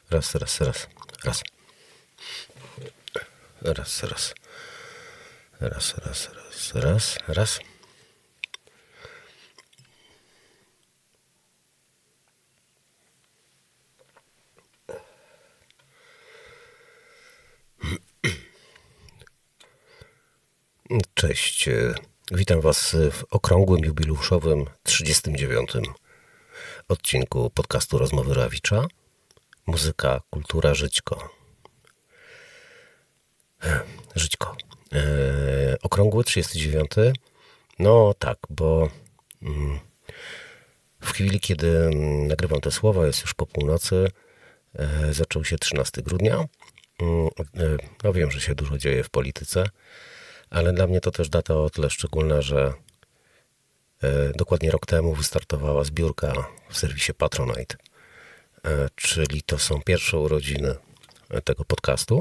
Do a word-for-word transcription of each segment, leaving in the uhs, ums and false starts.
Raz, raz, raz, raz. Raz, raz. Raz, raz, raz, raz, raz. Cześć. Witam Was w okrągłym, jubileuszowym trzydziestym dziewiątym odcinku podcastu Rozmowy Rawicza. Muzyka, kultura, żyćko. Żyćko. Eee, okrągły trzydziesty dziewiąty. No tak, bo mm, w chwili, kiedy nagrywam te słowa, jest już po północy, e, zaczął się trzynastego grudnia. E, no wiem, że się dużo dzieje w polityce, ale dla mnie to też data o tyle szczególna, że e, dokładnie rok temu wystartowała zbiórka w serwisie Patronite, e, czyli to są pierwsze urodziny tego podcastu.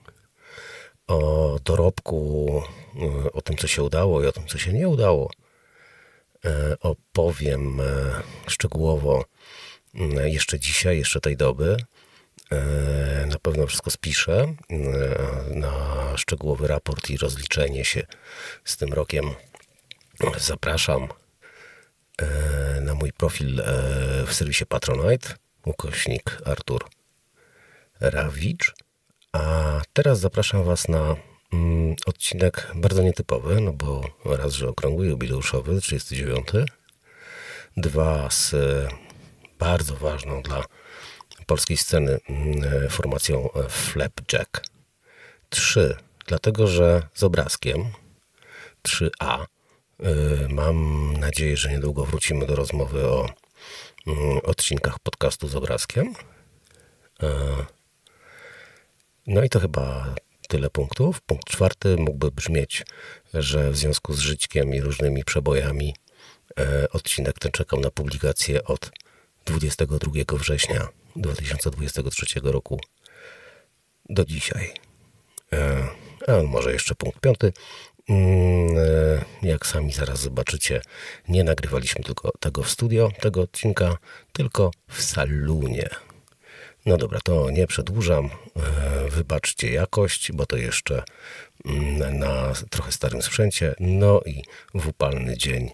O dorobku, o tym, co się udało i o tym, co się nie udało, e, opowiem e, szczegółowo e, jeszcze dzisiaj, jeszcze tej doby. E, na pewno wszystko spiszę e, na szczegółowy raport i rozliczenie się z tym rokiem. Zapraszam e, na mój profil e, w serwisie Patronite, ukośnik Artur Rawicz. A teraz zapraszam Was na mm, odcinek bardzo nietypowy, no bo raz, że okrągły, jubileuszowy, trzydziesty dziewiąty. Dwa, z e, bardzo ważną dla polskiej sceny e, formacją Flapjack. Trzy, dlatego, że z obrazkiem. Trzy a. E, mam nadzieję, że niedługo wrócimy do rozmowy o mm, odcinkach podcastu z obrazkiem. E, No i to chyba tyle punktów. Punkt czwarty mógłby brzmieć, że w związku z żyćkiem i różnymi przebojami e, odcinek ten czekał na publikację od dwudziestego drugiego września dwa tysiące dwudziestego trzeciego roku do dzisiaj. E, a może jeszcze punkt piąty. Mm, e, jak sami zaraz zobaczycie, nie nagrywaliśmy tylko tego w studio, tego odcinka, tylko w salonie. No dobra, to nie przedłużam. Wybaczcie jakość, bo to jeszcze na trochę starym sprzęcie. No i w upalny dzień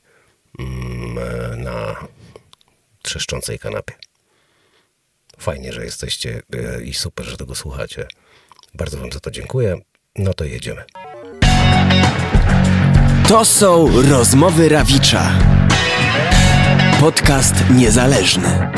na trzeszczącej kanapie. Fajnie, że jesteście i super, że tego słuchacie. Bardzo Wam za to dziękuję. No to jedziemy. To są Rozmowy Rawicza. Podcast niezależny.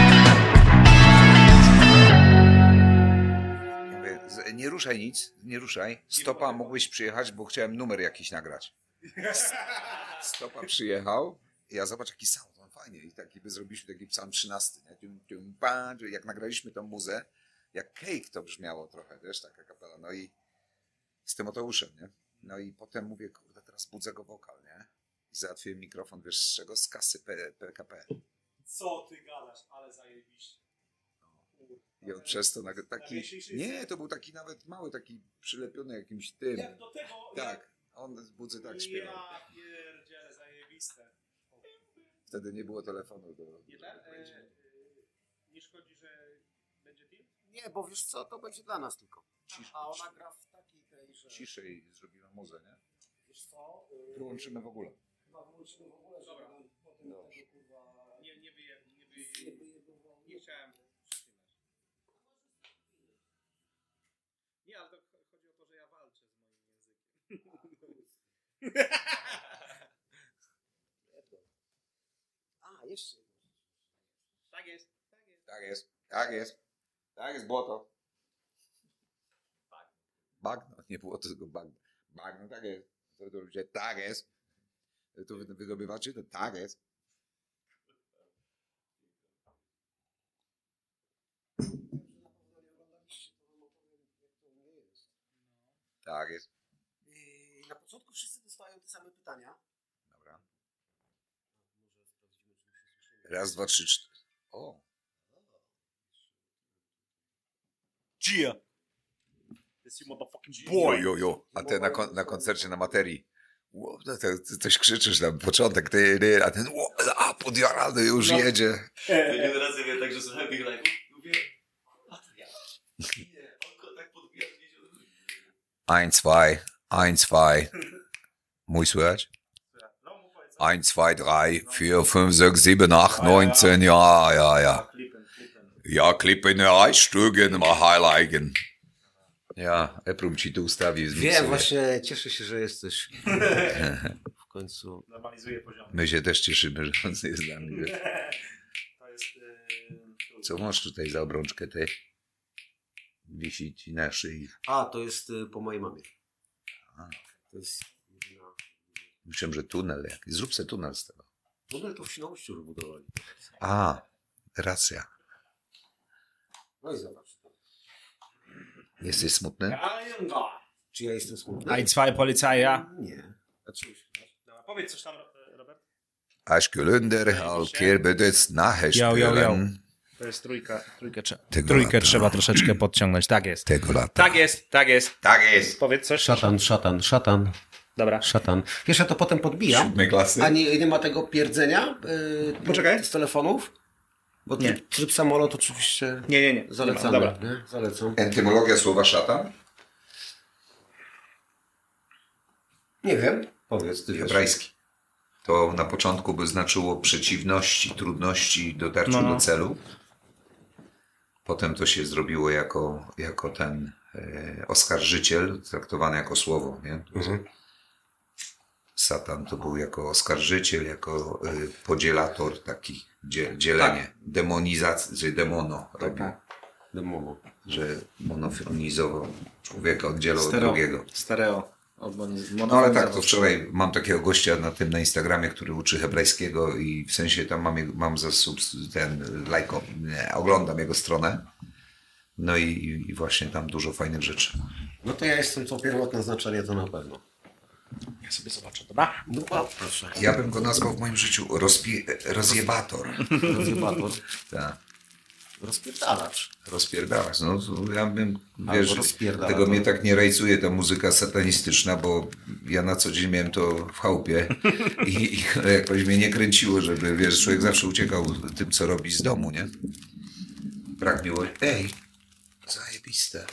Nie ruszaj nic, nie ruszaj. Stopa, mógłbyś przyjechać, bo chciałem numer jakiś nagrać. Stopa przyjechał. Ja zobacz, jaki sound, on fajnie. I taki by zrobiliśmy taki psalm trzynasty. Nie? Tum, tum, pa, jak nagraliśmy tą muzę, jak Cake to brzmiało trochę, wiesz, taka kapela. No i z tym Mateuszem, nie? No i potem mówię, kurde, teraz budzę go wokal, nie? I załatwiłem mikrofon, wiesz, z czego? Z kasy P K P. Co ty gadasz, ale zajebiście. I on przez to nagle taki... Nie, to był taki nawet mały, taki przylepiony jakimś tym. Jak do tego... Tak, on z budzy tak śpiewał. Ja pierdzielę, zajebiste. Wtedy nie było telefonu do... Nie, do e, nie szkodzi, że będzie film? Nie, bo wiesz co, to będzie dla nas tylko. Cisz, A ona gra w takiej tej, że... ciszej zrobimy muzę, nie? Wiesz co? Yy, Wyłączymy w ogóle. Chyba wyłączymy w ogóle, że Dobra. potem tego kurwa... Nie, nie wyje, nie wyje, Nie wyjebał. nie chciałem przeklinać. Nie, ale to chodzi o to, że ja walczę z moim językiem. A, jeszcze. Tak jest, tak jest. Tak jest, tak jest. Tak jest błoto. Bagno, nie było to tylko bagno. Bagno, tak jest. To, to ludzie, tak jest. To wy, wydobywacie, to tak jest. Tak jest. Yy, na początku wszyscy dostają te same pytania. Dobra. Może sprawdzimy, czy my się słyszymy. Raz, dwa, trzy, cztery. O. Gia! This you motherfucking Boy, jo, jo. A ty na, kon- na koncercie na materii. Ło, no to, ty coś krzyczysz tam, początek, ty, ty, a ten, ło, a podjarany już No. jedzie. Generacje wie tak, że słuchaj ich like, mówię, kurwa, to ja. Ein, zwei, ein, zwei. Mój słychać? Ein, zwei, drei, vier, fünf, sechs, sieben, acht, neunzehn, ja, ja, ja. Ja, klippen, ja, Stügen, mal highlighten. Ja, Eprum ci to ustawił. Wiem, właśnie cieszę się, że jesteś. W końcu. Normalizuje poziom. My się też cieszymy, że on jest z nami. Wiesz. To jest... Yy, Co masz tutaj za obrączkę, ty? Wisi ci na szyi. A, to jest y, po mojej mamie. A. To jest... Myślałem, że tunel jakiś. Zrób se tunel z tego. W ogóle to w Świnoujściu wybudowali. A, racja. No i zobacz. Jesteś smutny? Czy ja jestem smutny? Ein, zwei Polizeier. Nie. A czemu się Dobra, powiedz coś tam, Robert. Aşkülündür halkir bedes Yo, yo, yo. naheştülen. To jest trójka. Trójkę, trze- Tego trójkę lata. trzeba troszeczkę podciągnąć. Tak jest. Tego lata. Tak jest, tak jest. Tak jest. Powiedz coś. Szatan, szatan, szatan, Dobra. szatan. Wiesz, ja to potem podbijam. Siódmej klasy. A nie, nie ma tego pierdzenia yy, Poczekaj. z telefonów? Bo Nie. tryb, tryb samolot oczywiście Nie, nie, nie. zalecamy. Nie ma. Dobra. Nie? Zalecam. Etymologia słowa szatan? Nie wiem. Powiedz, ty wiesz. Hebrajski. To na początku by znaczyło przeciwności, trudności dotarciu No, no. do celu. Potem to się zrobiło jako, jako ten e, oskarżyciel, traktowany jako słowo. Nie? Mhm. Satan to był jako oskarżyciel, jako e, podzielator, taki dzie, dzielenie, Tak. demonizacja, że demono robił, Demono. że monofonizował człowieka, oddzielał od Stereo. drugiego. Stereo. Odmoniz- No ale tak, to wczoraj mam takiego gościa na tym na Instagramie, który uczy hebrajskiego i w sensie tam mam, jego- mam za subs- ten lajko, nie, oglądam jego stronę. No i, i właśnie tam dużo fajnych rzeczy. No to ja jestem to pierwotne znaczenie, to na pewno. Ja sobie zobaczę, dobra? No o, proszę. Ja bym go nazwał w moim życiu rozpie- rozjebator. Rozjebator. Tak. Rozpierdalacz. Rozpierdalać. No to ja bym, Albo wiesz, rozpierdalator. tego mnie tak nie rajcuje ta muzyka satanistyczna, bo ja na co dzień miałem to w chałupie i, i jakoś mnie nie kręciło, żeby, wiesz, człowiek zawsze uciekał tym, co robi z domu, nie? Brak miłości. Ej, zajebiste.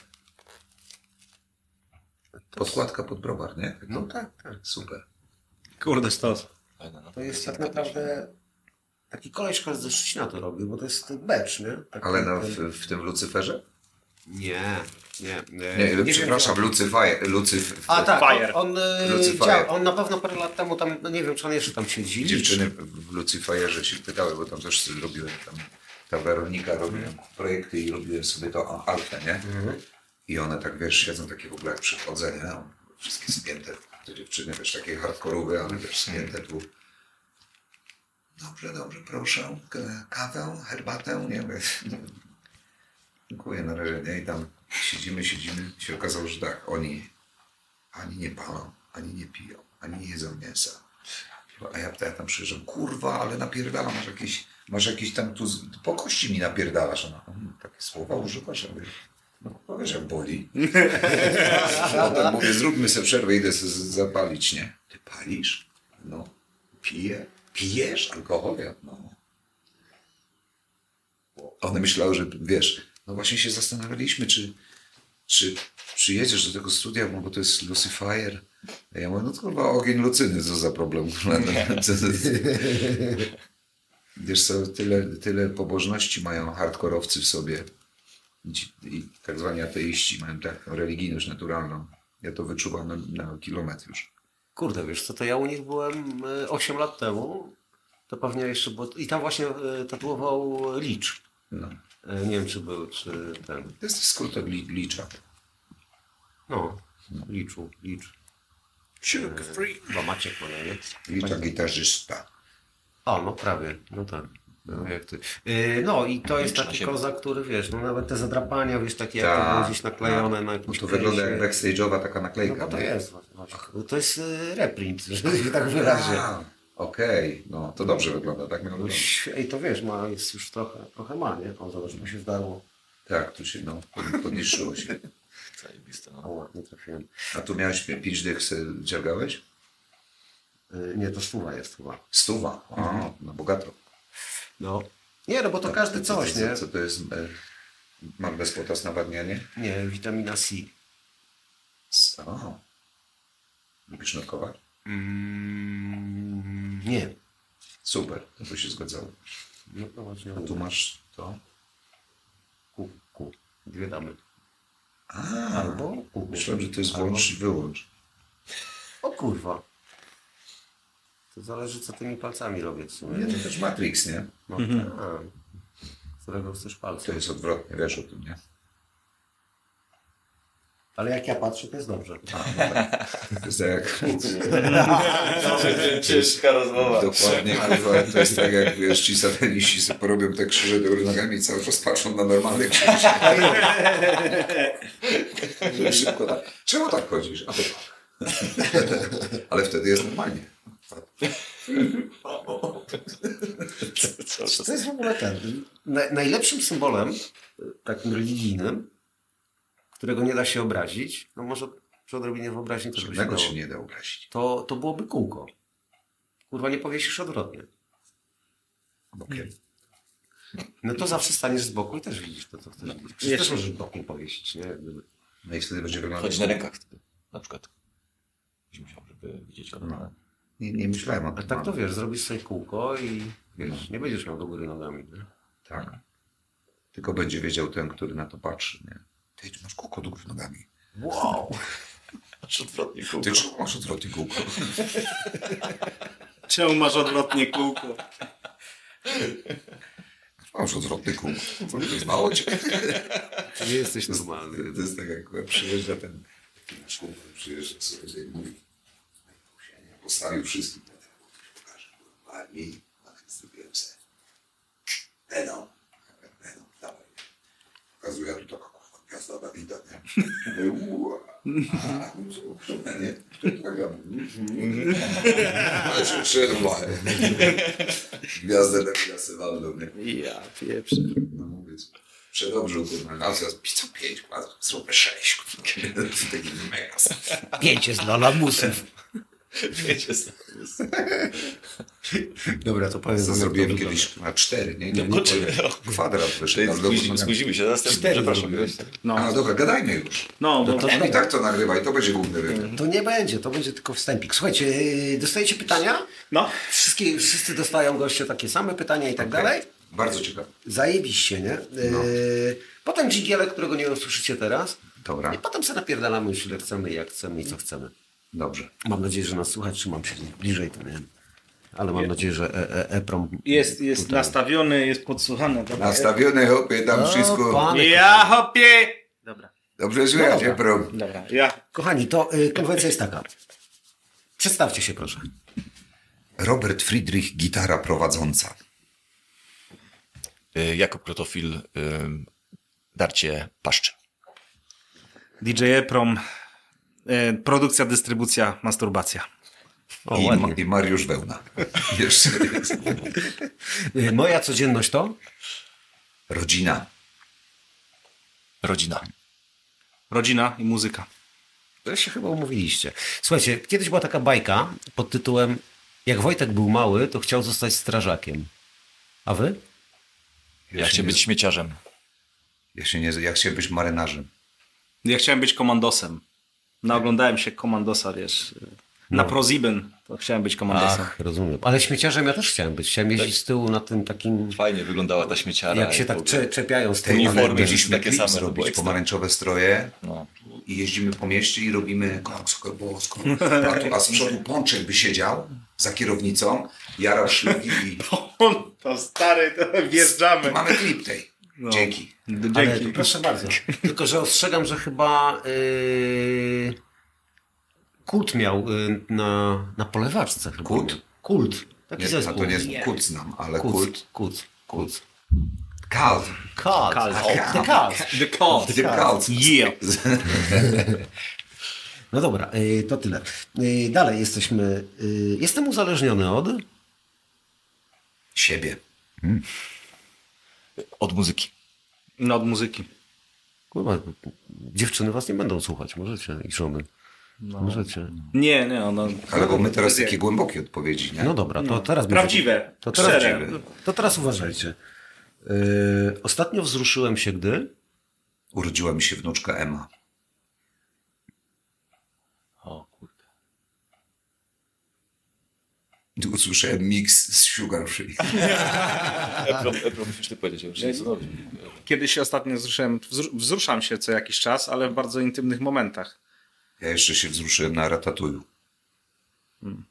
Podkładka pod browar, nie? No tak, tak. Super. Kurde, stos. To jest tak naprawdę taki koleś ze Szczecina to robił, bo to jest becz, nie? Taki, Ale na, ten- w, w tym Lucyferze? Nie, nie. Nie, wiem, przepraszam, Lucyfire. Lucyf... A tak, Fire. on, on, e, Lucifer. dział, on na pewno parę lat temu tam, no nie wiem, czy on jeszcze tam siedzi. Dziewczyny w Lucyferze się pytały, bo tam też robiłem tam, ta Weronika robiłem projekty i robiłem sobie to alfę, nie? I one tak, wiesz, siedzą takie w ogóle jak przychodzę, nie? No, wszystkie spięte, te dziewczyny też takie hardkorowe, ale też spięte tu. Dobrze, dobrze, proszę, K- kawę, herbatę, nie wiem. Dziękuję na razie, nie? I tam siedzimy, siedzimy, się okazało, że tak, oni ani nie palą, ani nie piją, ani nie jedzą mięsa. A ja, ja tam przyjeżdżam, kurwa, ale napierdalam, masz jakieś, masz jakieś tam tu, z- po kości mi napierdalasz. Ona, "Mm, takie słowa używasz, ja mówię, no powiesz, jak boli. Potem mówię, zróbmy sobie przerwę, idę sobie z- zapalić, nie? Ty palisz? No. Piję? Pijesz alkohol? Ja, no. One myślały, że wiesz, no właśnie się zastanawialiśmy, czy, czy przyjedziesz do tego studia, no bo to jest Lucifer. A ja mówię, no to chyba ogień Lucyny, co za problem. Co to jest? Wiesz co, tyle, tyle pobożności mają hardkorowcy w sobie. I, ci- i tak zwani ateiści mają taką religijność naturalną. Ja to wyczuwam na, na kilometr już. Kurde, wiesz co, to ja u nich byłem e, osiem lat temu. To pewnie jeszcze było... I tam właśnie e, tatuował Licz. No. E, nie wiem, czy był, czy ten... To jest skrót od li, licza. No, Liczu, Licz. Sugar free. Chyba Maciek ma na nie? Licza gitarzysta. O, no prawie, no tak. No, jak ty. Yy, no i to jest taki kozak, który wiesz, no nawet te zadrapania, wiesz, takie jak to Tak, było gdzieś naklejone na No jakimś to wygląda jak case'ie. backstage'owa taka No naklejka. bo to nie? jest właśnie. To jest yy, reprint, że się tak wyrażę. A, Okej, no to dobrze wygląda, tak miało No, wyglądać. świe- I to wiesz, ma, jest już trochę, trochę ma, nie? O, zobacz, mu się zdarło. Tak, tu się no, podniszczyło się. O, ładnie trafiłem. A tu miałeś pięć dych, se dziergałeś? Yy, nie, to stuwa jest chyba. Stuwa, a, no bogato. No. Nie, no bo to każdy coś, co, nie? Co to jest? E, Magnez, potas, nawadnianie? Nie, witamina C. O. Lubisz nurkować? Mm, nie. Super, to by się zgadzało. No to właśnie. A tu masz to? Ku, ku. Dwie damy. A, Albo ku. myślałem, że to jest Albo- włącz i wyłącz. O kurwa. To zależy, co tymi palcami robię w sumie. Nie, to też Matrix, nie? No, tak. Którego chcesz To palca. jest odwrotnie, wiesz o tym, nie? Ale jak ja patrzę, to jest dobrze. To jest tak jak... Ciężka rozmowa. Dokładnie, kurwa, to jest tak jak, wiesz, ci sataniści sobie porobią te krzyże do góry nogami i cały czas patrzą na normalne krzyże. Że szybko tak. Czemu tak chodzisz? A to tak. Ale wtedy jest normalnie. To jest w ogóle ten. Na, najlepszym symbolem, takim religijnym, którego nie da się obrazić, no może przy odrobinie wyobraźni też by się Żadnego dało, się nie da obrazić. to, to byłoby kółko. Kurwa, nie powiesisz odwrotnie. Bokiem. No to zawsze staniesz z boku i też widzisz to, co chcesz widzieć. Przecież też możesz bokiem powiesić, nie? Gdyby- No i wtedy będzie wyglądać... Chodź na rękach wtedy, na przykład. Byś musiał, żeby widzieć go. No. Nie, nie myślałem o A tym. tak to wiesz, zrobisz sobie kółko i wiesz, nie będziesz miał do góry nogami. Nie? Tak. Tylko będzie wiedział ten, który na to patrzy, nie? Ty, tu masz kółko do góry nogami. Wow! Masz odwrotnie kółko. Ty czemu masz odwrotnie kółko? Czemu masz odwrotnie kółko? Masz odwrotny kółko. Znało cię. Nie jesteś normalny. To jest tak, jak przyjeżdża ten nasz kumpel, przyjeżdża sobie i mówi, postawił wszystkich. Pokażę, kurwa, i zrobiłem se. Venom. Venom, dawaj. Pokazuję tu taka kurwa gwiazda Dawida, nie? Ua. A, kurwa, nie? Tak ja mówię. Ale się przerwałem. Gwiazdę Dawida Sewaldo, nie? Ja pieprzę. No mówię, przedobrzył, kurwa, no co, co pięć, kurwa, zróbmy sześć, kurwa. Taki mega. Pięć jest dla lamusów. Wiecie, co? Dobra, to powiem Co wam, jak zrobiłem to kiedyś wygląda. na cztery, nie? nie, No, nie czy- kwadrat wyszedł. Spóźnimy, spóźnimy, spóźnimy się. Następny, Cztery przepraszam. zrobiłem. No, A, dobra, gadajmy już. no bo to- On i tak to nagrywa i to będzie główny rynek. To nie będzie, to będzie tylko wstępik. Słuchajcie, yy, dostajecie pytania? no. Wszystkie, wszyscy dostają goście takie same pytania i tak Okej. dalej. Bardzo ciekawe. Zajebiście, nie? Yy, No. Potem dżigiele, którego nie usłyszycie teraz. Dobra, I potem sobie napierdalamy już ile chcemy, jak chcemy i co chcemy. dobrze. Mam nadzieję, że nas słuchać, trzymam się bliżej, to nie wiem. Ale mam nadzieję, że e, e, EPROM... Jest, jest tutaj- nastawiony, jest podsłuchany. Dobra. Nastawione hopie, tam O, wszystko. panie, Ja hopie! Dobra, Dobrze słychać, dobra. nie, prom? dobra, ja. Kochani, to y, konwencja jest taka. Przedstawcie się proszę. Robert Friedrich, gitara prowadząca. Y, Jakub Krotofil, y, darcie paszczy. D J Eprom, e, produkcja, dystrybucja, masturbacja. O, I, ładnie. Ma- I Mariusz Wełna. Jeszcze jest. Y, moja codzienność to? Rodzina. Rodzina. Rodzina i muzyka. To się chyba umówiliście. Słuchajcie, kiedyś była taka bajka pod tytułem Jak Wojtek był mały, to chciał zostać strażakiem. A wy? Ja się chcę nie- być śmieciarzem. Ja się nie, ja chciałem być marynarzem. Ja chciałem być komandosem. Naoglądałem się komandosa, wiesz. Na ProSieben to chciałem być komandosem. Ach, rozumiem. Ale śmieciarzem ja też chciałem być. Chciałem jeździć z tyłu na tym takim... Fajnie wyglądała ta śmieciara. Jak się i w tak ogóle. cze, czepiają z Tej tyłu. uniformy mieliśmy takie klip same, to było zrobić, ekstra. pomarańczowe stroje No. i jeździmy po mieście i robimy kokskę boską. A, tu, a z przodu Pączek by siedział za kierownicą, jarał szlugi i, To stary, to i wjeżdżamy. mamy klip tej. Dzięki. Ale Dzięki. proszę bardzo. Tylko, że ostrzegam, że chyba yy, kult miał yy, na, na polewaczce. Chyba. Kult? Kult. Taki Nie, a zespół. to nie jest kult znam, ale Kult. kult. Kult. Kult. Cult. Cult. Cult. The Cult. The Cult. The Cult. Yeah. No dobra, yy, to tyle. Yy, dalej jesteśmy... Yy, jestem uzależniony od... Siebie. Od muzyki. No od muzyki. Kurwa, dziewczyny was nie będą słuchać. Możecie. I żony. Możecie. Nie, nie, ono... Ale bo my teraz takie głębokie odpowiedzi, nie? No dobra, to teraz... Prawdziwe, To teraz, szczere. to teraz uważajcie. Yy, ostatnio wzruszyłem się, gdy... Urodziła mi się wnuczka Emma. O kurde. Tu usłyszałem miks z Sugar Free. Epro, Epro musisz ty powiedzieć, ja już nie znowu. Kiedyś się ostatnio wzruszyłem, wzru- wzruszam się co jakiś czas, ale w bardzo intymnych momentach. Ja jeszcze się wzruszyłem na Ratatouille. Hmm.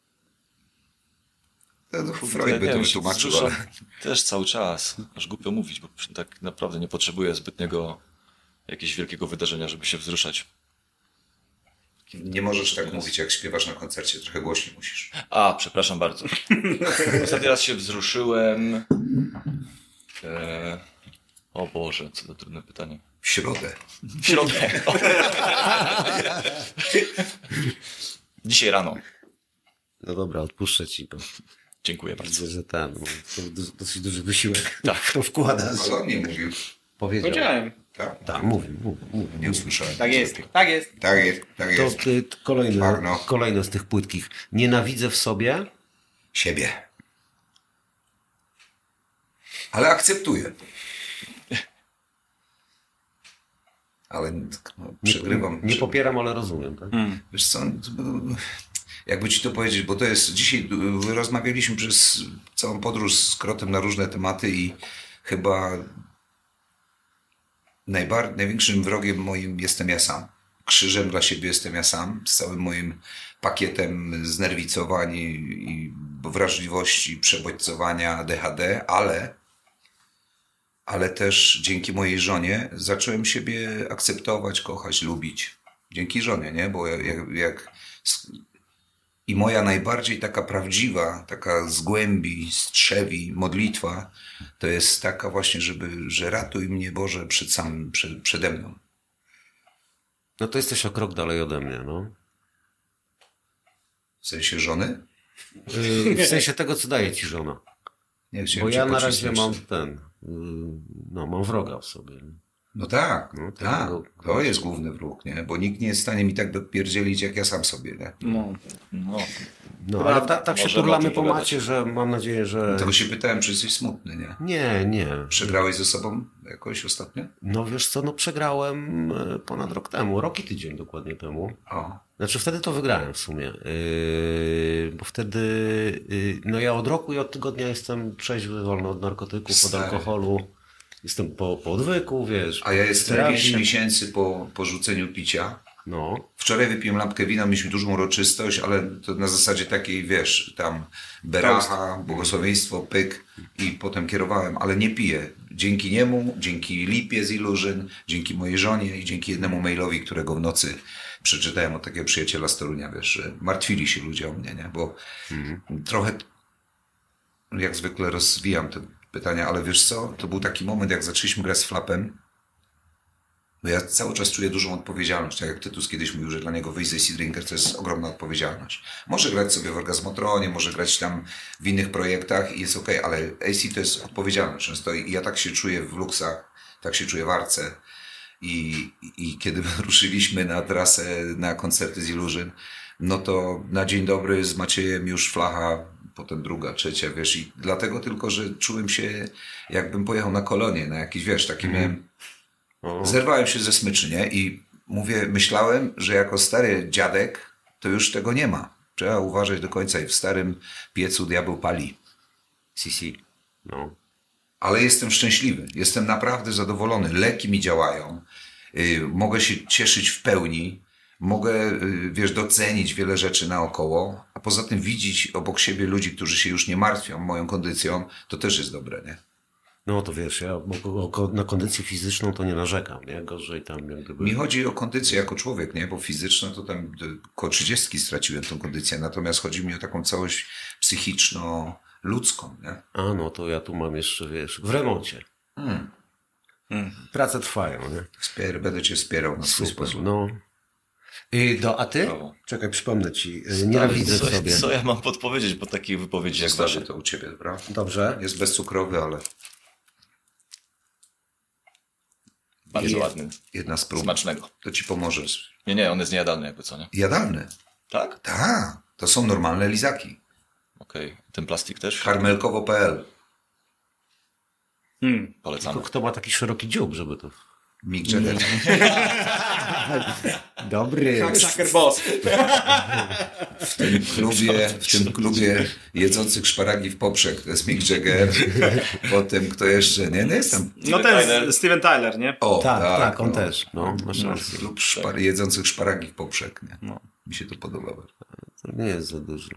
No, Freud by to wytłumaczył, ale... Też cały czas. Aż głupio mówić, bo tak naprawdę nie potrzebuję zbytniego jakiegoś wielkiego wydarzenia, żeby się wzruszać. Nie możesz tak mówić, jak śpiewasz na koncercie. Trochę głośniej musisz. A, przepraszam bardzo. Ostatni raz się wzruszyłem. E... O Boże, co to trudne pytanie. W środę. W środę. Dzisiaj rano. No dobra, odpuszczę ci, bo Dziękuję bardzo. widzę, że ten, no, to do- dosyć duży wysiłek Tak. to wkładasz. Ale on nie mówił. Powiedział. Powiedziałem. Tak? Tak, mówił, mówił, mówił. Nie usłyszałem. Tak jest, tak jest. Tak jest, tak To jest. ty, t- kolejny, Czarno. kolejny z tych płytkich. Nienawidzę w sobie. Siebie. Ale akceptuję. Ale no, Nie, przegrywam. nie popieram, ale rozumiem. Tak? Wiesz co, jakby ci to powiedzieć, bo to jest, dzisiaj rozmawialiśmy przez całą podróż z Krotem na różne tematy i chyba najbar- największym wrogiem moim jestem ja sam. Krzyżem dla siebie jestem ja sam, z całym moim pakietem znerwicowań i, i wrażliwości, przebodźcowania, D H D, ale ale też dzięki mojej żonie zacząłem siebie akceptować, kochać, lubić. Dzięki żonie, nie? Bo jak, jak i moja najbardziej taka prawdziwa, taka z głębi, z trzewi modlitwa, to jest taka właśnie, żeby, że ratuj mnie Boże przed samym, przed, przede mną. No to jesteś o krok dalej ode mnie, no. W sensie żony? Yy, w sensie tego, co daje ci żona. Nie chciałem Bo cię ja na pocić razie jeszcze. mam ten, yy, no mam wroga w sobie. No tak, No, to tak. tego- To jest główny wróg, nie? Bo nikt nie jest w stanie mi tak dopierdzielić, jak ja sam sobie, nie? No. No. No, ale tak, tak się Możemy o turlamy tym po pogadać. macie, że mam nadzieję, że... Dlatego się pytałem, czy jesteś smutny, nie? Nie, nie. Przegrałeś ze sobą jakoś ostatnio? No wiesz co, no przegrałem e, ponad rok temu, rok i tydzień dokładnie temu. O. Znaczy wtedy to wygrałem w sumie, yy, bo wtedy, yy, no ja od roku i od tygodnia jestem trzeźwy, wolny od narkotyków, od Stary. alkoholu. Jestem po, po odwyku, wiesz. A ja jestem terapii. pięć miesięcy po porzuceniu picia. No, Wczoraj wypiłem lampkę wina, mieliśmy dużą uroczystość, ale to na zasadzie takiej, wiesz, tam beracha, błogosławieństwo, pyk i potem kierowałem, ale nie piję. Dzięki niemu, dzięki Lipie z Illusion, dzięki mojej żonie i dzięki jednemu mailowi, którego w nocy przeczytałem od takiego przyjaciela z Torunia, wiesz, że martwili się ludzie o mnie, nie? Bo trochę, jak zwykle rozwijam te pytania, ale wiesz co, to był taki moment, jak zaczęliśmy grać z Flapem. No ja cały czas czuję dużą odpowiedzialność, tak jak Tytus kiedyś mówił, że dla niego wyjść z A C Drinker to jest ogromna odpowiedzialność. Może grać sobie w Orgazmotronie, może grać tam w innych projektach i jest okej, ale A C to jest odpowiedzialność często i ja tak się czuję w Luksach, tak się czuję w Arce i, i kiedy ruszyliśmy na trasę, na koncerty z Illusion, no to na dzień dobry z Maciejem już flacha, potem druga, trzecia, wiesz, i dlatego tylko, że czułem się jakbym pojechał na kolonie, na jakiś, wiesz, taki miałem... Zerwałem się ze smyczy, nie? I mówię, myślałem, że jako stary dziadek to już tego nie ma. Trzeba uważać do końca i w starym piecu diabeł pali. C C. No. Ale jestem szczęśliwy. Jestem naprawdę zadowolony. Leki mi działają. Yy, mogę się cieszyć w pełni. Mogę, yy, wiesz, docenić wiele rzeczy naokoło. A poza tym widzieć obok siebie ludzi, którzy się już nie martwią moją kondycją, to też jest dobre, nie? No to wiesz, ja bo- bo- na kondycję fizyczną to nie narzekam, nie? Gorzej tam jak gdyby... Mi chodzi o kondycję jako człowiek, nie? Bo fizyczną to tam do- koło trzydziestki straciłem tą kondycję, natomiast chodzi mi o taką całość psychiczno-ludzką, nie? A no to ja tu mam jeszcze, wiesz, w remoncie. Hmm. Prace trwają, nie? Wspier- będę cię wspierał na swój Super, sposób. no. I do, a ty? Brawo. Czekaj, przypomnę ci. y, Nienawidzę co, w sobie. co ja mam podpowiedzieć po takiej wypowiedzi jak Zdarzy wasza? to u ciebie, dobra? Dobrze. Jest bezcukrowy, ale Bardzo ładny. jedna z prób. Smacznego. To ci pomoże. Nie, nie, on jest niejadalny jakby, co nie? Jadalny. Tak? Tak, to są normalne lizaki. Okej. Ten plastik też? Karmelkowo kropka p l. Hmm. Polecamy. Tylko kto ma taki szeroki dziób, żeby to... Mick Jagger. Dobry. Sucker Boss. W tym klubie, w tym klubie jedzących szparagi w poprzek, to jest Mick Jagger. Potem kto jeszcze? Nie, nie jestem. No ten Steven Tyler, nie? O, Tak, tak, on no. też. No, masz rację. Klub szpar- jedzących szparagi w poprzek, nie? No. Mi się to podoba. To nie jest za dużo.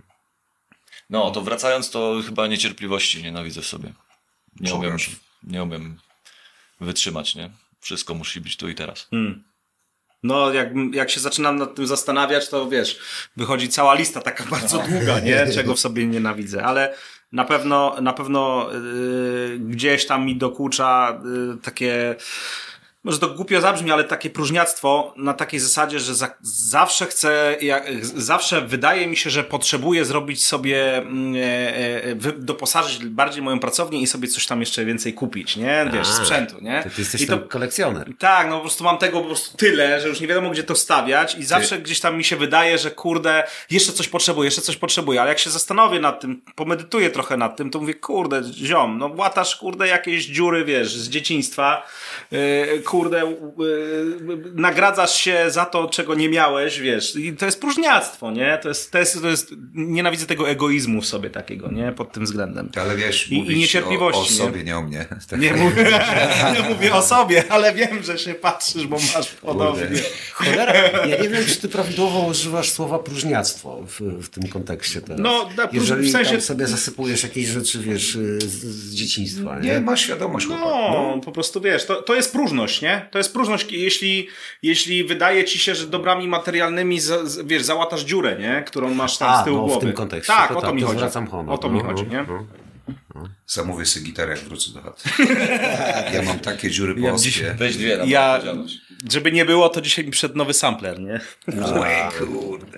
No, to wracając, to chyba niecierpliwości nienawidzę w sobie. Nie umiem, Pokaż. nie umiem wytrzymać, nie? Wszystko musi być tu i teraz. Hmm. No, jak, jak się zaczynam nad tym zastanawiać, to wiesz, wychodzi cała lista taka bardzo długa, nie? Czego w sobie nienawidzę, ale na pewno, na pewno yy, gdzieś tam mi dokucza yy, takie, może to głupio zabrzmi, ale takie próżniactwo na takiej zasadzie, że za, zawsze chcę, jak, zawsze wydaje mi się, że potrzebuję zrobić sobie, e, e, wy, doposażyć bardziej moją pracownię i sobie coś tam jeszcze więcej kupić, nie? Wiesz, A, sprzętu, nie? To ty jesteś I to, tam kolekcjoner. tak, no po prostu mam tego po prostu tyle, że już nie wiadomo gdzie to stawiać i zawsze gdzieś tam mi się wydaje, że kurde, jeszcze coś potrzebuję, jeszcze coś potrzebuję, ale jak się zastanowię nad tym, pomedytuję trochę nad tym, to mówię, kurde, ziom, no łatasz, kurde, jakieś dziury, wiesz, z dzieciństwa, yy, kurde, yy, nagradzasz się za to, czego nie miałeś, wiesz, i to jest próżniactwo, nie? To jest, to jest, to jest, nienawidzę tego egoizmu w sobie takiego, nie? Pod tym względem. Ale wiesz, I- i mówić niecierpliwości, o, o nie? sobie, nie o mnie. Tak. Nie mówię, nie mówię o sobie, ale wiem, że się patrzysz, bo masz podobnie. Cholera, ja nie wiem, czy ty prawidłowo używasz słowa próżniactwo w, w tym kontekście teraz. No, na próż- Jeżeli w sensie- tam sobie zasypujesz jakieś rzeczy, wiesz, z, z dzieciństwa, nie? Nie, masz świadomość, chłopak. No, po prostu wiesz, to, to jest próżność, nie? To jest próżność, jeśli, jeśli wydaje ci się, że dobrami materialnymi, za, z- wiesz, załatasz dziurę, nie? Którą masz tam A, z tyłu no, w głowy. tym kontekście, Tak, to o to tak, mi to chodzi. zwracam honor. O to mi No, chodzi, no, nie? no. Zamówię sobie gitarę, jak wrócę do chaty. Ja mam takie dziury po Jak ospie. dzisiaj- Weź dwie na Ja, odpowiedzialność. żeby nie było, to dzisiaj mi przed nowy sampler, nie? Oj, kurde.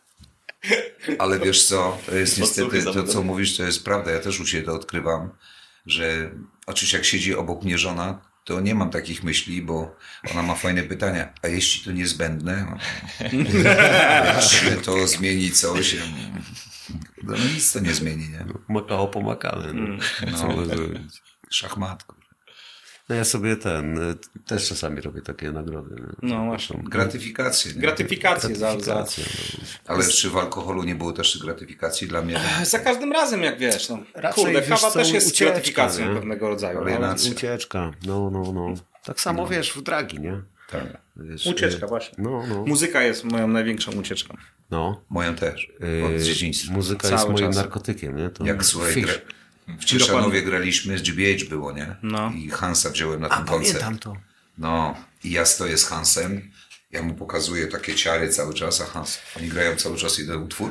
Ale wiesz co, to jest niestety, Podsłuchy to co zawodowe. mówisz, to jest prawda. Ja też u siebie to odkrywam, że oczywiście jak siedzi obok mnie żona, to nie mam takich myśli, bo ona ma fajne pytania. A jeśli to niezbędne? Czy to zmieni coś? No nic to nie zmieni, nie? Makao pomakane. No. Co No, może tak. zrobić? Szachmat. kurde. No ja sobie ten, y, też czasami robię takie nagrody. nie? No właśnie. Gratyfikacje, nie? Gratyfikacje za, za, Gratyfikacje, no. Ale czy w alkoholu nie było też gratyfikacji dla mnie? za każdym razem, jak wiesz. No. Raczej, Kurde, wiesz kawa co, też jest ucieczka, gratyfikacją nie? pewnego rodzaju. Ale ale- na- Racja. Ucieczka, no, no, no. Tak samo wiesz w dragi, nie? Tak. Wiesz, Ucieczka, y, właśnie. No, no. Muzyka jest moją największą ucieczką. no. Moją też. Od Y, dzieciństwa. Muzyka Cały jest moim czas. narkotykiem, nie? To Jak słuchaj, fish. gra, w Cieszanowie graliśmy, z G B H było, nie? No. I Hansa wziąłem na A ten koncert. pamiętam to. No, i ja stoję z Hansem, ja mu pokazuję takie ciary cały czas, a Hans, oni grają cały czas jeden utwór.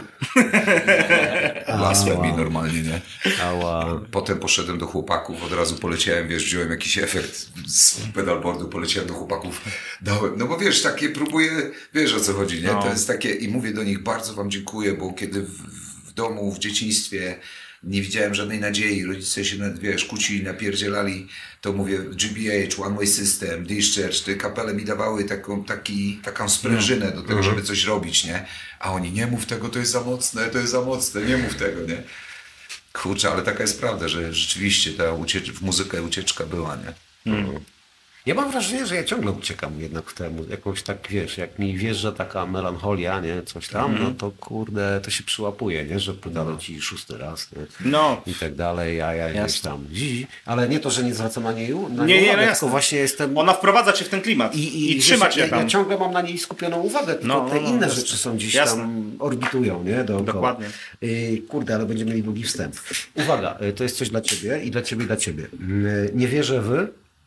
Blasfemii normalnie, nie? Ała. Potem poszedłem do chłopaków, od razu poleciałem, wiesz, wziąłem jakiś efekt z pedalboardu, poleciałem do chłopaków, dałem, no bo wiesz, takie próbuję, wiesz o co chodzi, nie? No. To jest takie, i mówię do nich, bardzo wam dziękuję, bo kiedy w, w domu, w dzieciństwie nie widziałem żadnej nadziei, rodzice się, nad- wiesz, kłócili, napierdzielali, to mówię, G B H, One Way System, Discharge, te kapele mi dawały taką, taki, taką sprężynę do tego, żeby coś robić, nie? A oni, nie mów tego, to jest za mocne, to jest za mocne, nie mów tego, nie? Kurczę, ale taka jest prawda, że rzeczywiście ta uciecz- w muzykę ucieczka była, nie? Ja mam wrażenie, że ja ciągle uciekam jednak w temu. Jakąś tak, wiesz, jak mi wjeżdża taka melancholia, nie, coś tam, no to kurde, to się przyłapuje, nie, że pytają ci szósty raz, nie, No. i tak dalej, a ja gdzieś Jasne. tam, zi, ale nie to, że nie zwracam na niej u- na Nie, nią nie, no uwagę, jasne. tylko właśnie jestem... Ona wprowadza cię w ten klimat i, I, i, trzyma wiesz, cię ja, tam. ja ciągle mam na niej skupioną uwagę, tylko No, te no, no, inne jasne. rzeczy są gdzieś Jasne. tam orbitują, nie, dookoła. Dokładnie. Y, kurde, ale będziemy mieli długi wstęp. Uwaga, y, to jest coś dla ciebie i dla ciebie i dla ciebie. Y, nie wierzę w...